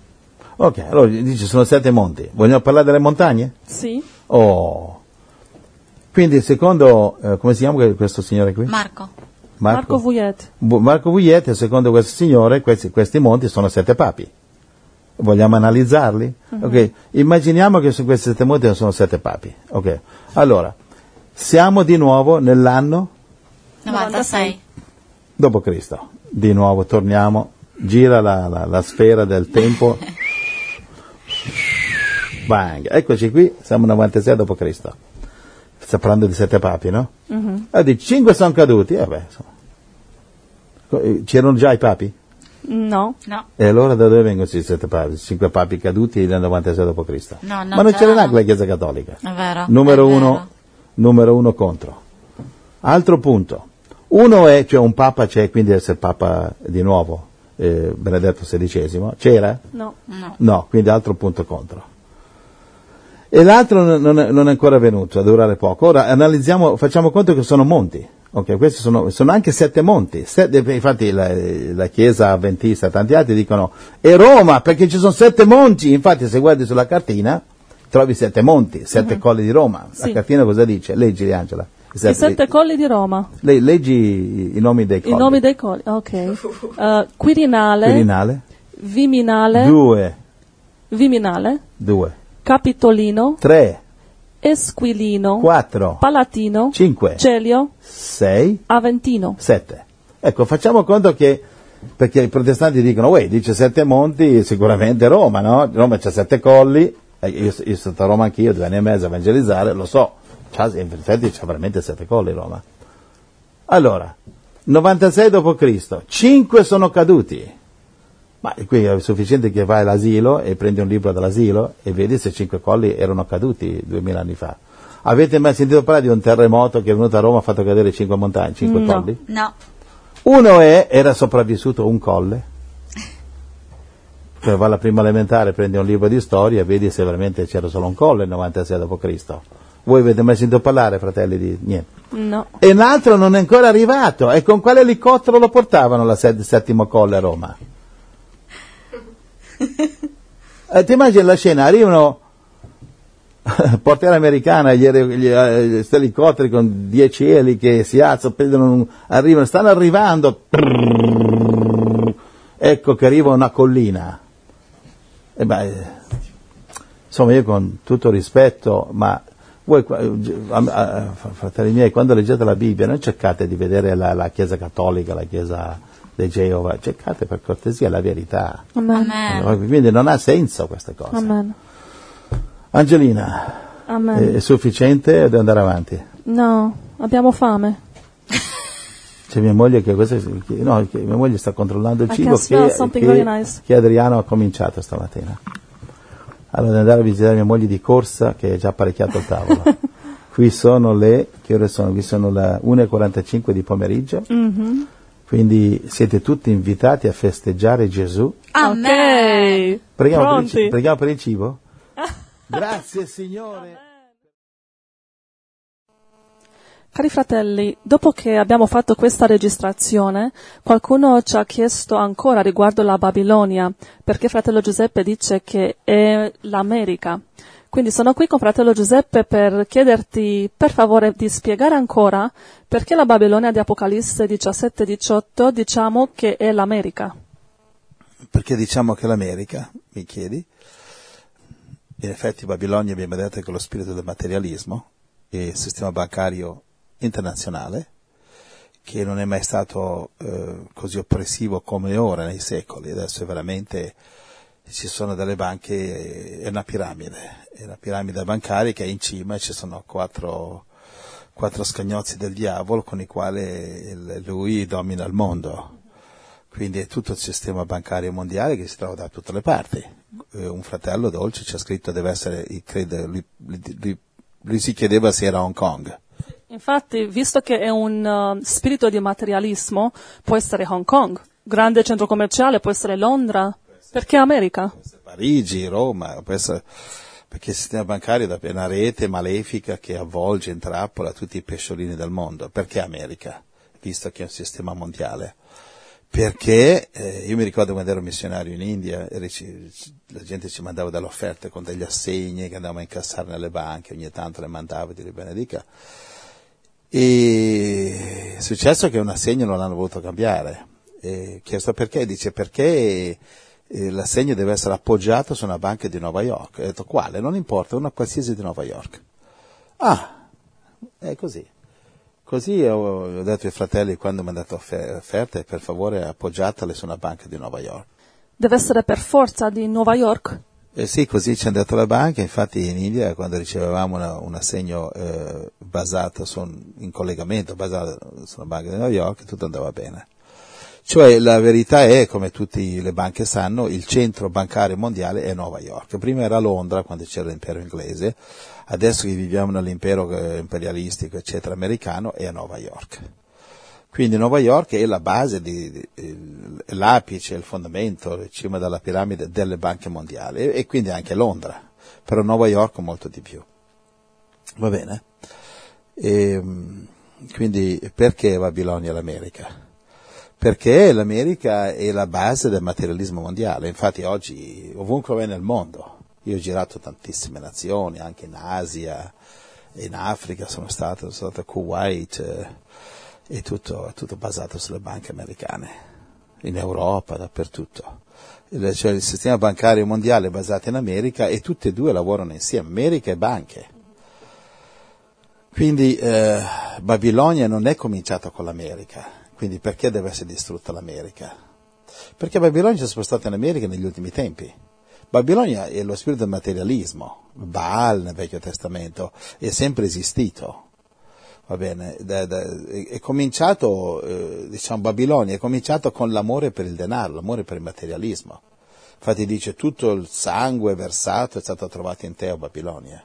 Ok, allora dice sono sette monti. Vogliamo parlare delle montagne? Sì. Oh. Quindi secondo, eh, come si chiama questo signore qui? Marco. Marco, Marco Vouillet. Marco Vouillet, secondo questo signore, questi, questi monti sono sette papi. Vogliamo analizzarli? Uh-huh. Ok, immaginiamo che su questi sette monti sono sette papi. Ok, allora, siamo di nuovo nell'anno novantasei dopo Cristo. Di nuovo torniamo, gira la, la, la sfera del tempo. Bang, eccoci qui, siamo novantasei dopo Cristo. Sta parlando di sette papi, no? Uh-huh. Ah, di cinque sono caduti, eh beh, insomma. C'erano già i papi? No. no. E allora da dove vengono questi sette papi? Cinque papi caduti nel novantasei dopo Cristo. No, Ma non c'era neanche la Chiesa Cattolica. È vero. Numero è uno, vero. numero uno contro. Altro punto. Uno è, cioè un papa c'è, quindi deve essere papa di nuovo, eh, Benedetto sedicesimo. C'era? No. No. No, quindi altro punto contro. E l'altro non è, non è ancora venuto, a durare poco. Ora analizziamo, facciamo conto che sono monti. Ok, questi sono, sono anche sette monti. Sette, infatti la, la Chiesa avventista e tanti altri dicono è Roma perché ci sono sette monti. Infatti se guardi sulla cartina trovi sette monti, sette uh-huh. colli di Roma. Sì. La cartina cosa dice? Leggili Angela. I sette, I sette colli di Roma. Le, leggi i, i nomi dei colli. I nomi dei colli, ok. Uh, Quirinale. Quirinale. Viminale. Due. Viminale. Due. Capitolino. Tre. Esquilino. Quattro. Palatino. Cinque. Celio. Sei. Aventino. Sette. Ecco, facciamo conto che, perché i protestanti dicono, uè, dice sette monti, sicuramente Roma, no? Roma c'ha sette colli, eh, io, io sono stato a Roma anch'io, due anni e mezzo a evangelizzare, lo so, c'ha, in effetti c'ha veramente sette colli Roma. Allora, novantasei dopo Cristo, cinque sono caduti. Ma qui è sufficiente che vai all'asilo e prendi un libro dall'asilo e vedi se cinque colli erano caduti duemila anni fa. Avete mai sentito parlare di un terremoto che è venuto a Roma e ha fatto cadere cinque montagne, cinque no. colli? No. Uno è, era sopravvissuto un colle. Cioè va alla prima elementare, prendi un libro di storia e vedi se veramente c'era solo un colle nel novantasei dopo Cristo. Voi avete mai sentito parlare, fratelli, di niente? No. E un altro non è ancora arrivato. E con quale elicottero lo portavano la set- settimo colle a Roma? Eh, ti immagini la scena, arrivano portiera americana, gli, gli, gli elicotteri con dieci eli che si alzano, prendono un, arrivano, stanno arrivando, ecco che arriva una collina. E beh, insomma, io con tutto rispetto, ma voi, fratelli miei, quando leggete la Bibbia non cercate di vedere la, la Chiesa Cattolica, la Chiesa dei Geova, cercate per cortesia la verità. Amen. Amen. Quindi non ha senso queste cose. Amen. Angelina, Amen. è sufficiente o devo andare avanti? No, abbiamo fame. C'è mia moglie che, questa, che, no, che mia moglie sta controllando il I cibo can smell che, something che, very nice. che Adriano ha cominciato stamattina. Allora, devo andare a visitare mia moglie di corsa che è già apparecchiato il tavolo. Qui sono le, che ore sono? Qui sono le una e quarantacinque di pomeriggio. Mm-hmm. Quindi siete tutti invitati a festeggiare Gesù. Amen. Ok. Preghiamo, per il, Pronti? ci- preghiamo per il cibo? Grazie Signore. Cari fratelli, dopo che abbiamo fatto questa registrazione, qualcuno ci ha chiesto ancora riguardo la Babilonia, perché fratello Giuseppe dice che è l'America. Quindi sono qui con fratello Giuseppe per chiederti, per favore, di spiegare ancora perché la Babilonia di Apocalisse diciassette diciotto diciamo che è l'America. Perché diciamo che l'America, mi chiedi? In effetti Babilonia abbiamo detto che è lo spirito del materialismo e il sistema bancario internazionale, che non è mai stato eh, così oppressivo come ora nei secoli. Adesso è veramente, ci sono delle banche, è una piramide, è una piramide bancaria che è in cima e ci sono quattro, quattro scagnozzi del diavolo con i quali il, lui domina il mondo. Quindi è tutto il sistema bancario mondiale che si trova da tutte le parti. Eh, un fratello Dolce ci ha scritto, deve essere, credo, lui, lui, lui si chiedeva se era Hong Kong. Infatti, visto che è un uh, spirito di materialismo, può essere Hong Kong, grande centro commerciale, può essere Londra, perché America? Può essere Parigi, Roma, può essere, perché il sistema bancario è una rete malefica che avvolge, intrappola tutti i pesciolini del mondo. Perché America? Visto che è un sistema mondiale. Perché eh, io mi ricordo quando ero missionario in India, ci, la gente ci mandava delle offerte con degli assegni che andavamo a incassare nelle banche, ogni tanto le mandava, Dio li benedica. E è successo che un assegno non l'hanno voluto cambiare. E chiesto perché, dice perché eh, l'assegno deve essere appoggiato su una banca di Nuova York. Ho detto quale? Non importa, una qualsiasi di Nuova York. Ah, è così. Così ho, ho detto ai fratelli quando mi hanno dato offerte, per favore appoggiatele su una banca di Nuova York. Deve essere per forza di Nuova York? Eh sì, così ci hanno dato la banca, infatti in India quando ricevevamo una, un assegno eh, basato su un, in collegamento, basato sulla banca di New York, tutto andava bene. Cioè la verità è, come tutte le banche sanno, il centro bancario mondiale è Nuova York. Prima era Londra, quando c'era l'impero inglese, adesso che viviamo nell'impero imperialistico, eccetera, americano, è a Nuova York. Quindi Nuova York è la base, di, di, l'apice, il fondamento, il cima della piramide delle banche mondiali, e, e quindi anche Londra, però Nuova York molto di più. Va bene? E, quindi perché Babilonia l'America? Perché l'America è la base del materialismo mondiale. Infatti oggi ovunque vai nel mondo, io ho girato tantissime nazioni, anche in Asia, in Africa sono stato, sono stato a Kuwait, eh, è tutto, tutto basato sulle banche americane, in Europa, dappertutto. Il, cioè il sistema bancario mondiale è basato in America e tutte e due lavorano insieme, America e banche. Quindi eh, Babilonia non è cominciata con l'America, quindi perché deve essere distrutta l'America? Perché Babilonia si è spostata in America negli ultimi tempi. Babilonia è lo spirito del materialismo, Baal nel Vecchio Testamento, è sempre esistito. Va bene, da, da, è, è cominciato, eh, diciamo, Babilonia è cominciato con l'amore per il denaro, l'amore per il materialismo. Infatti dice tutto il sangue versato è stato trovato in te, o Babilonia.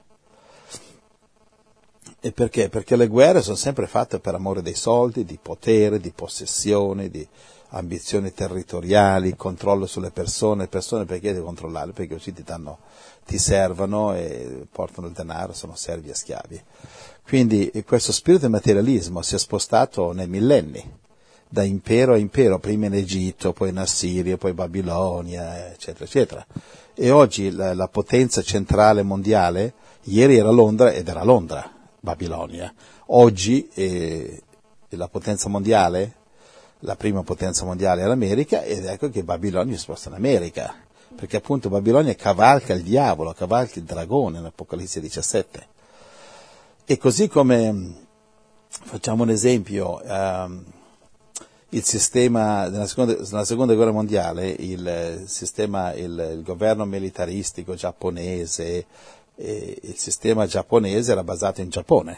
E perché? Perché le guerre sono sempre fatte per amore dei soldi, di potere, di possessione, di ambizioni territoriali, controllo sulle persone. Persone perché devi controllare? Perché così ti danno, ti servono e portano il denaro, sono servi e schiavi. Quindi questo spirito di materialismo si è spostato nei millenni, da impero a impero, prima in Egitto, poi in Assiria, poi Babilonia, eccetera, eccetera. E oggi la, la potenza centrale mondiale, ieri era Londra ed era Londra, Babilonia. Oggi eh, la potenza mondiale, la prima potenza mondiale è l'America, ed ecco che Babilonia si sposta in America, perché appunto Babilonia cavalca il diavolo, cavalca il dragone in Apocalisse diciassette. E così come, facciamo un esempio, um, il sistema, nella seconda, nella seconda guerra mondiale, il sistema, il, il governo militaristico giapponese, eh, il sistema giapponese era basato in Giappone,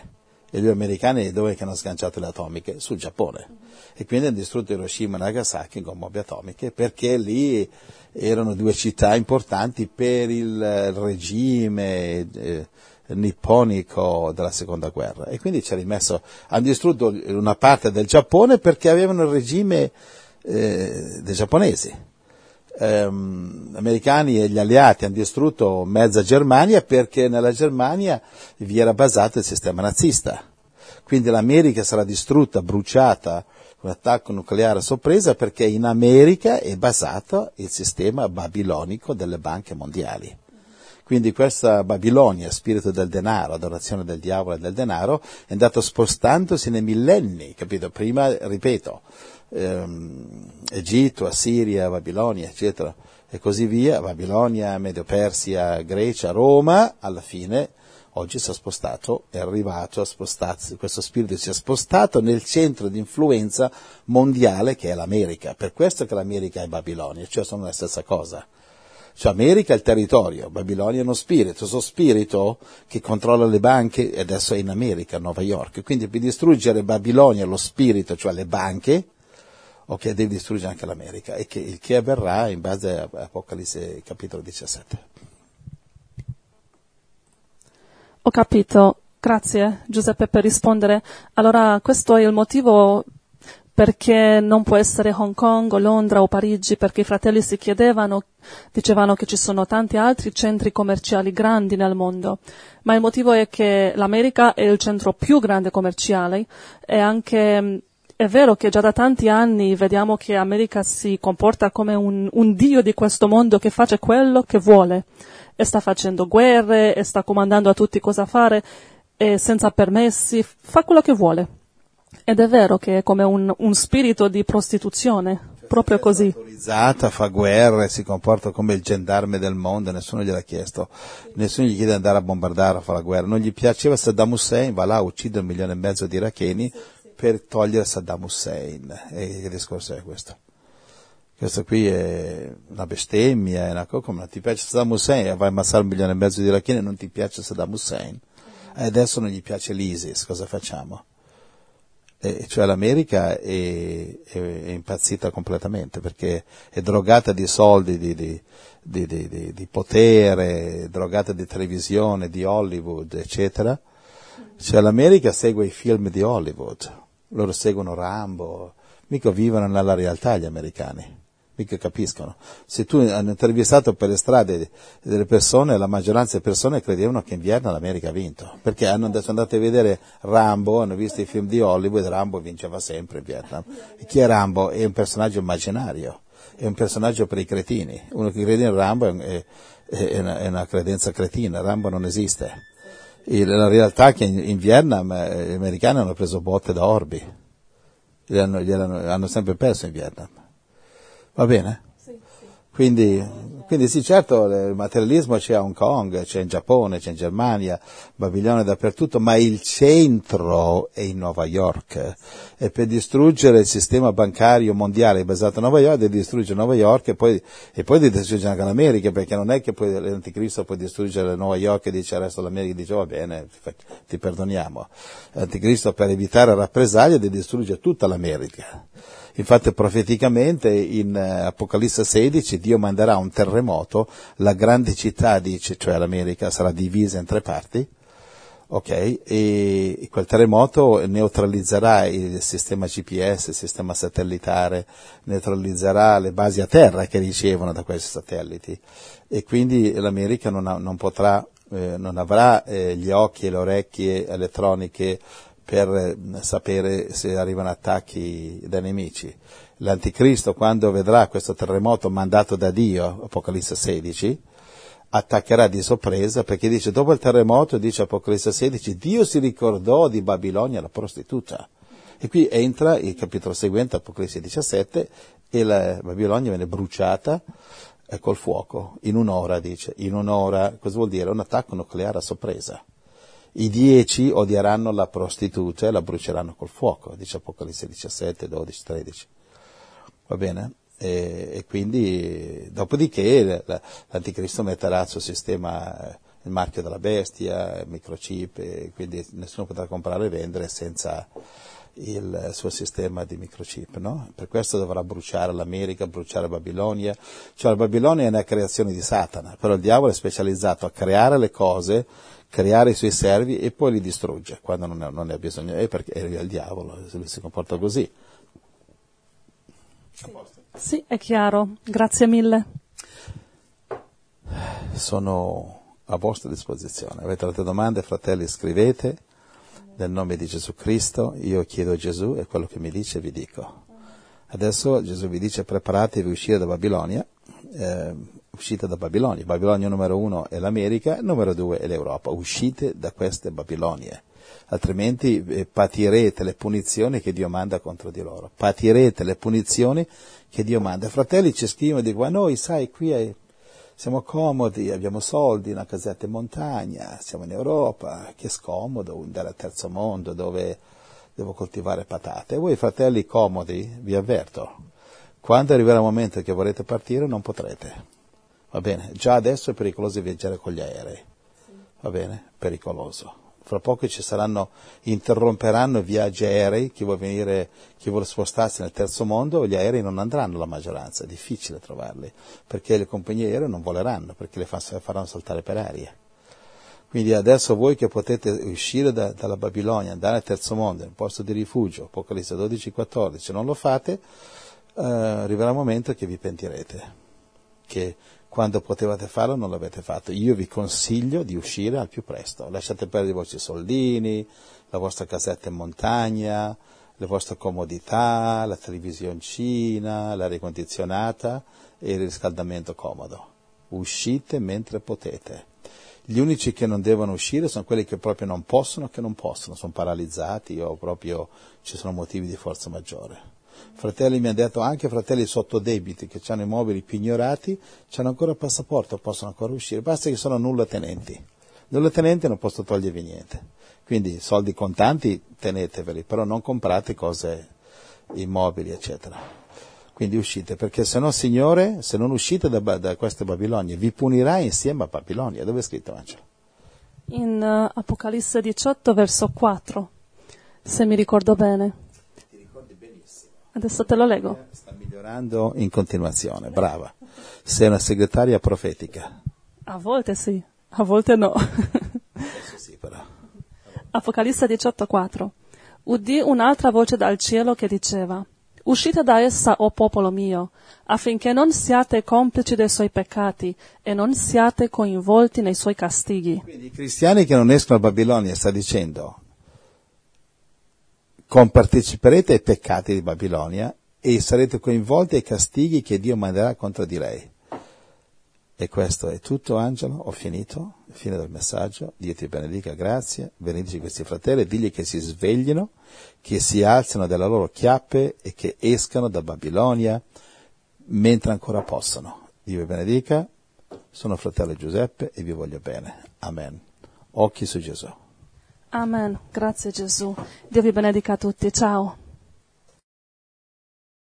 E gli americani dove che hanno sganciato le atomiche? Sul Giappone. E quindi hanno distrutto Hiroshima e Nagasaki con bombe atomiche, perché lì erano due città importanti per il regime eh, nipponico della seconda guerra. E quindi ci ha rimesso, hanno distrutto una parte del Giappone perché avevano il regime eh, dei giapponesi. Um, americani e gli alleati hanno distrutto mezza Germania perché nella Germania vi era basato il sistema nazista. Quindi l'America sarà distrutta, bruciata, un attacco nucleare a sorpresa, perché in America è basato il sistema babilonico delle banche mondiali. Quindi questa Babilonia, spirito del denaro, adorazione del diavolo e del denaro, è andato spostandosi nei millenni, capito? Prima, ripeto, ehm, Egitto, Assiria, Babilonia, eccetera, e così via, Babilonia, Medio Persia, Grecia, Roma, alla fine, oggi si è spostato, è arrivato a spostarsi, questo spirito si è spostato nel centro di influenza mondiale che è l'America. Per questo che l'America è Babilonia, cioè sono la stessa cosa. Cioè America è il territorio, Babilonia è uno spirito, questo spirito che controlla le banche e adesso è in America, a New York. Quindi per distruggere Babilonia, lo spirito, cioè le banche, ok, devi distruggere anche l'America, e che, il che avverrà in base a Apocalisse capitolo diciassette. Ho capito, grazie Giuseppe per rispondere. Allora questo è il motivo perché non può essere Hong Kong o Londra o Parigi, perché i fratelli si chiedevano, dicevano che ci sono tanti altri centri commerciali grandi nel mondo, ma il motivo è che l'America è il centro più grande commerciale, e anche è vero che già da tanti anni vediamo che America si comporta come un, un dio di questo mondo che fa quello che vuole, e sta facendo guerre, e sta comandando a tutti cosa fare, e senza permessi, fa quello che vuole. Ed è vero che è come un, un spirito di prostituzione, cioè, proprio così. È autorizzata, fa guerre, si comporta come il gendarme del mondo, nessuno gliel'ha chiesto, nessuno gli chiede di andare a bombardare, a fare la guerra. Non gli piaceva Saddam Hussein, va là, uccide un milione e mezzo di iracheni per togliere Saddam Hussein. E che discorso è questo? Questo qui è una bestemmia, è una cosa, come non ti piace Saddam Hussein, vai a ammazzare un milione e mezzo di iracheni e non ti piace Saddam Hussein. E adesso non gli piace l'ISIS, cosa facciamo? E cioè l'America è, è, è impazzita completamente, perché è drogata di soldi, di, di, di, di, di, di potere, è drogata di televisione, di Hollywood, eccetera. Cioè l'America segue i film di Hollywood, loro seguono Rambo, mica vivono nella realtà gli americani, mica capiscono. Se tu hanno intervistato per le strade delle persone, la maggioranza delle persone credevano che in Vietnam l'America ha vinto, perché hanno sono andati a vedere Rambo, hanno visto i film di Hollywood, Rambo vinceva sempre in Vietnam. E chi è Rambo? È un personaggio immaginario, è un personaggio per i cretini. Uno che crede in Rambo è, è, è, una, è una credenza cretina, Rambo non esiste. E la realtà è che in, in Vietnam eh, gli americani hanno preso botte da orbi, gli hanno, gli hanno, hanno sempre perso in Vietnam. Va bene? Sì, sì. Quindi, quindi sì, certo, il materialismo c'è a Hong Kong, c'è in Giappone, c'è in Germania, Babilonia dappertutto, ma il centro è in New York. E per distruggere il sistema bancario mondiale basato a New York, devi distruggere New York e poi, e poi devi distruggere anche l'America, perché non è che poi l'anticristo può distruggere New York e dice al resto dell'America, dice va bene, ti perdoniamo. L'anticristo, per evitare rappresaglie, deve distruggere tutta l'America. Infatti profeticamente in Apocalisse sedici Dio manderà un terremoto, la grande città, dice, cioè l'America, sarà divisa in tre parti, ok? E quel terremoto neutralizzerà il sistema G P S, il sistema satellitare, neutralizzerà le basi a terra che ricevono da questi satelliti, e quindi l'America non, ha, non potrà, eh, non avrà eh, gli occhi e le orecchie elettroniche per sapere se arrivano attacchi da nemici. L'anticristo, quando vedrà questo terremoto mandato da Dio, Apocalisse sedici, attaccherà di sorpresa, perché dice, dopo il terremoto, dice Apocalisse sedici, Dio si ricordò di Babilonia la prostituta. E qui entra il capitolo seguente, Apocalisse diciassette, e la Babilonia viene bruciata eh, col fuoco, in un'ora, dice, in un'ora, cosa vuol dire? Un attacco nucleare a sorpresa. I dieci odieranno la prostituta e la bruceranno col fuoco, dice Apocalisse diciassette, dodici, tredici. Va bene? E, e quindi, dopodiché, l'anticristo metterà il suo sistema il marchio della bestia, il microchip, e quindi nessuno potrà comprare e vendere senza il suo sistema di microchip, no? Per questo dovrà bruciare l'America, bruciare Babilonia. Cioè la Babilonia è una creazione di Satana, però il diavolo è specializzato a creare le cose, creare i suoi servi e poi li distrugge quando non ne, non ne ha bisogno, è perché è il diavolo, lui si comporta così. Sì, è chiaro, grazie mille. Sono a vostra disposizione. Avete altre domande, fratelli, scrivete. Nel nome di Gesù Cristo, io chiedo a Gesù e quello che mi dice vi dico. Adesso Gesù vi dice preparatevi a uscire da Babilonia, eh, uscite da Babilonia. Babilonia numero uno è l'America, numero due è l'Europa. Uscite da queste Babilonie, altrimenti eh, patirete le punizioni che Dio manda contro di loro. Patirete le punizioni che Dio manda. Fratelli ci scrivono e dicono, ma noi sai qui è... siamo comodi, abbiamo soldi, una casetta in montagna, siamo in Europa, che scomodo andare al terzo mondo dove devo coltivare patate. E voi fratelli comodi, vi avverto, quando arriverà il momento che vorrete partire non potrete, va bene? Già adesso è pericoloso viaggiare con gli aerei, va bene? Pericoloso. Fra poco ci saranno, interromperanno viaggi aerei, chi vuole venire, chi vuole spostarsi nel terzo mondo, gli aerei non andranno la maggioranza, è difficile trovarli, perché le compagnie aeree non voleranno, perché le faranno saltare per aria. Quindi adesso voi che potete uscire da, dalla Babilonia, andare nel terzo mondo, in posto di rifugio, Apocalisse dodici quattordici, non lo fate, eh, arriverà un momento che vi pentirete, che quando potevate farlo non l'avete fatto. Io vi consiglio di uscire al più presto. Lasciate perdere i vostri soldini, la vostra casetta in montagna, le vostre comodità, la televisioncina, l'aria condizionata e il riscaldamento comodo. Uscite mentre potete. Gli unici che non devono uscire sono quelli che proprio non possono, che non possono, sono paralizzati o proprio ci sono motivi di forza maggiore. Fratelli mi hanno detto, anche fratelli sottodebiti che hanno i mobili pignorati, hanno ancora il passaporto, possono ancora uscire, basta che sono nullatenenti. Nullatenenti non posso togliervi niente. Quindi soldi contanti teneteveli, però non comprate cose, immobili, eccetera. Quindi uscite, perché se no, Signore, se non uscite da, da queste Babilonie, vi punirà insieme a Babilonia. Dove è scritto, Angelo? In uh, Apocalisse diciotto, verso quattro, se mi ricordo bene. Adesso te lo leggo. Sta migliorando in continuazione, brava. Sei una segretaria profetica. A volte sì, a volte no. Adesso sì, però. Apocalisse diciotto quattro. Udì un'altra voce dal cielo che diceva, uscite da essa, o popolo mio, affinché non siate complici dei suoi peccati e non siate coinvolti nei suoi castighi. Quindi i cristiani che non escono a Babilonia, sta dicendo, comparteciperete ai peccati di Babilonia e sarete coinvolti ai castighi che Dio manderà contro di lei. E questo è tutto, Angelo, ho finito, fine del messaggio. Dio ti benedica, grazie, benedici questi fratelli, digli che si sveglino, che si alzino dalle loro chiappe e che escano da Babilonia mentre ancora possono. Dio vi benedica, sono fratello Giuseppe e vi voglio bene. Amen. Occhi su Gesù. Amen. Grazie Gesù. Dio vi benedica a tutti. Ciao.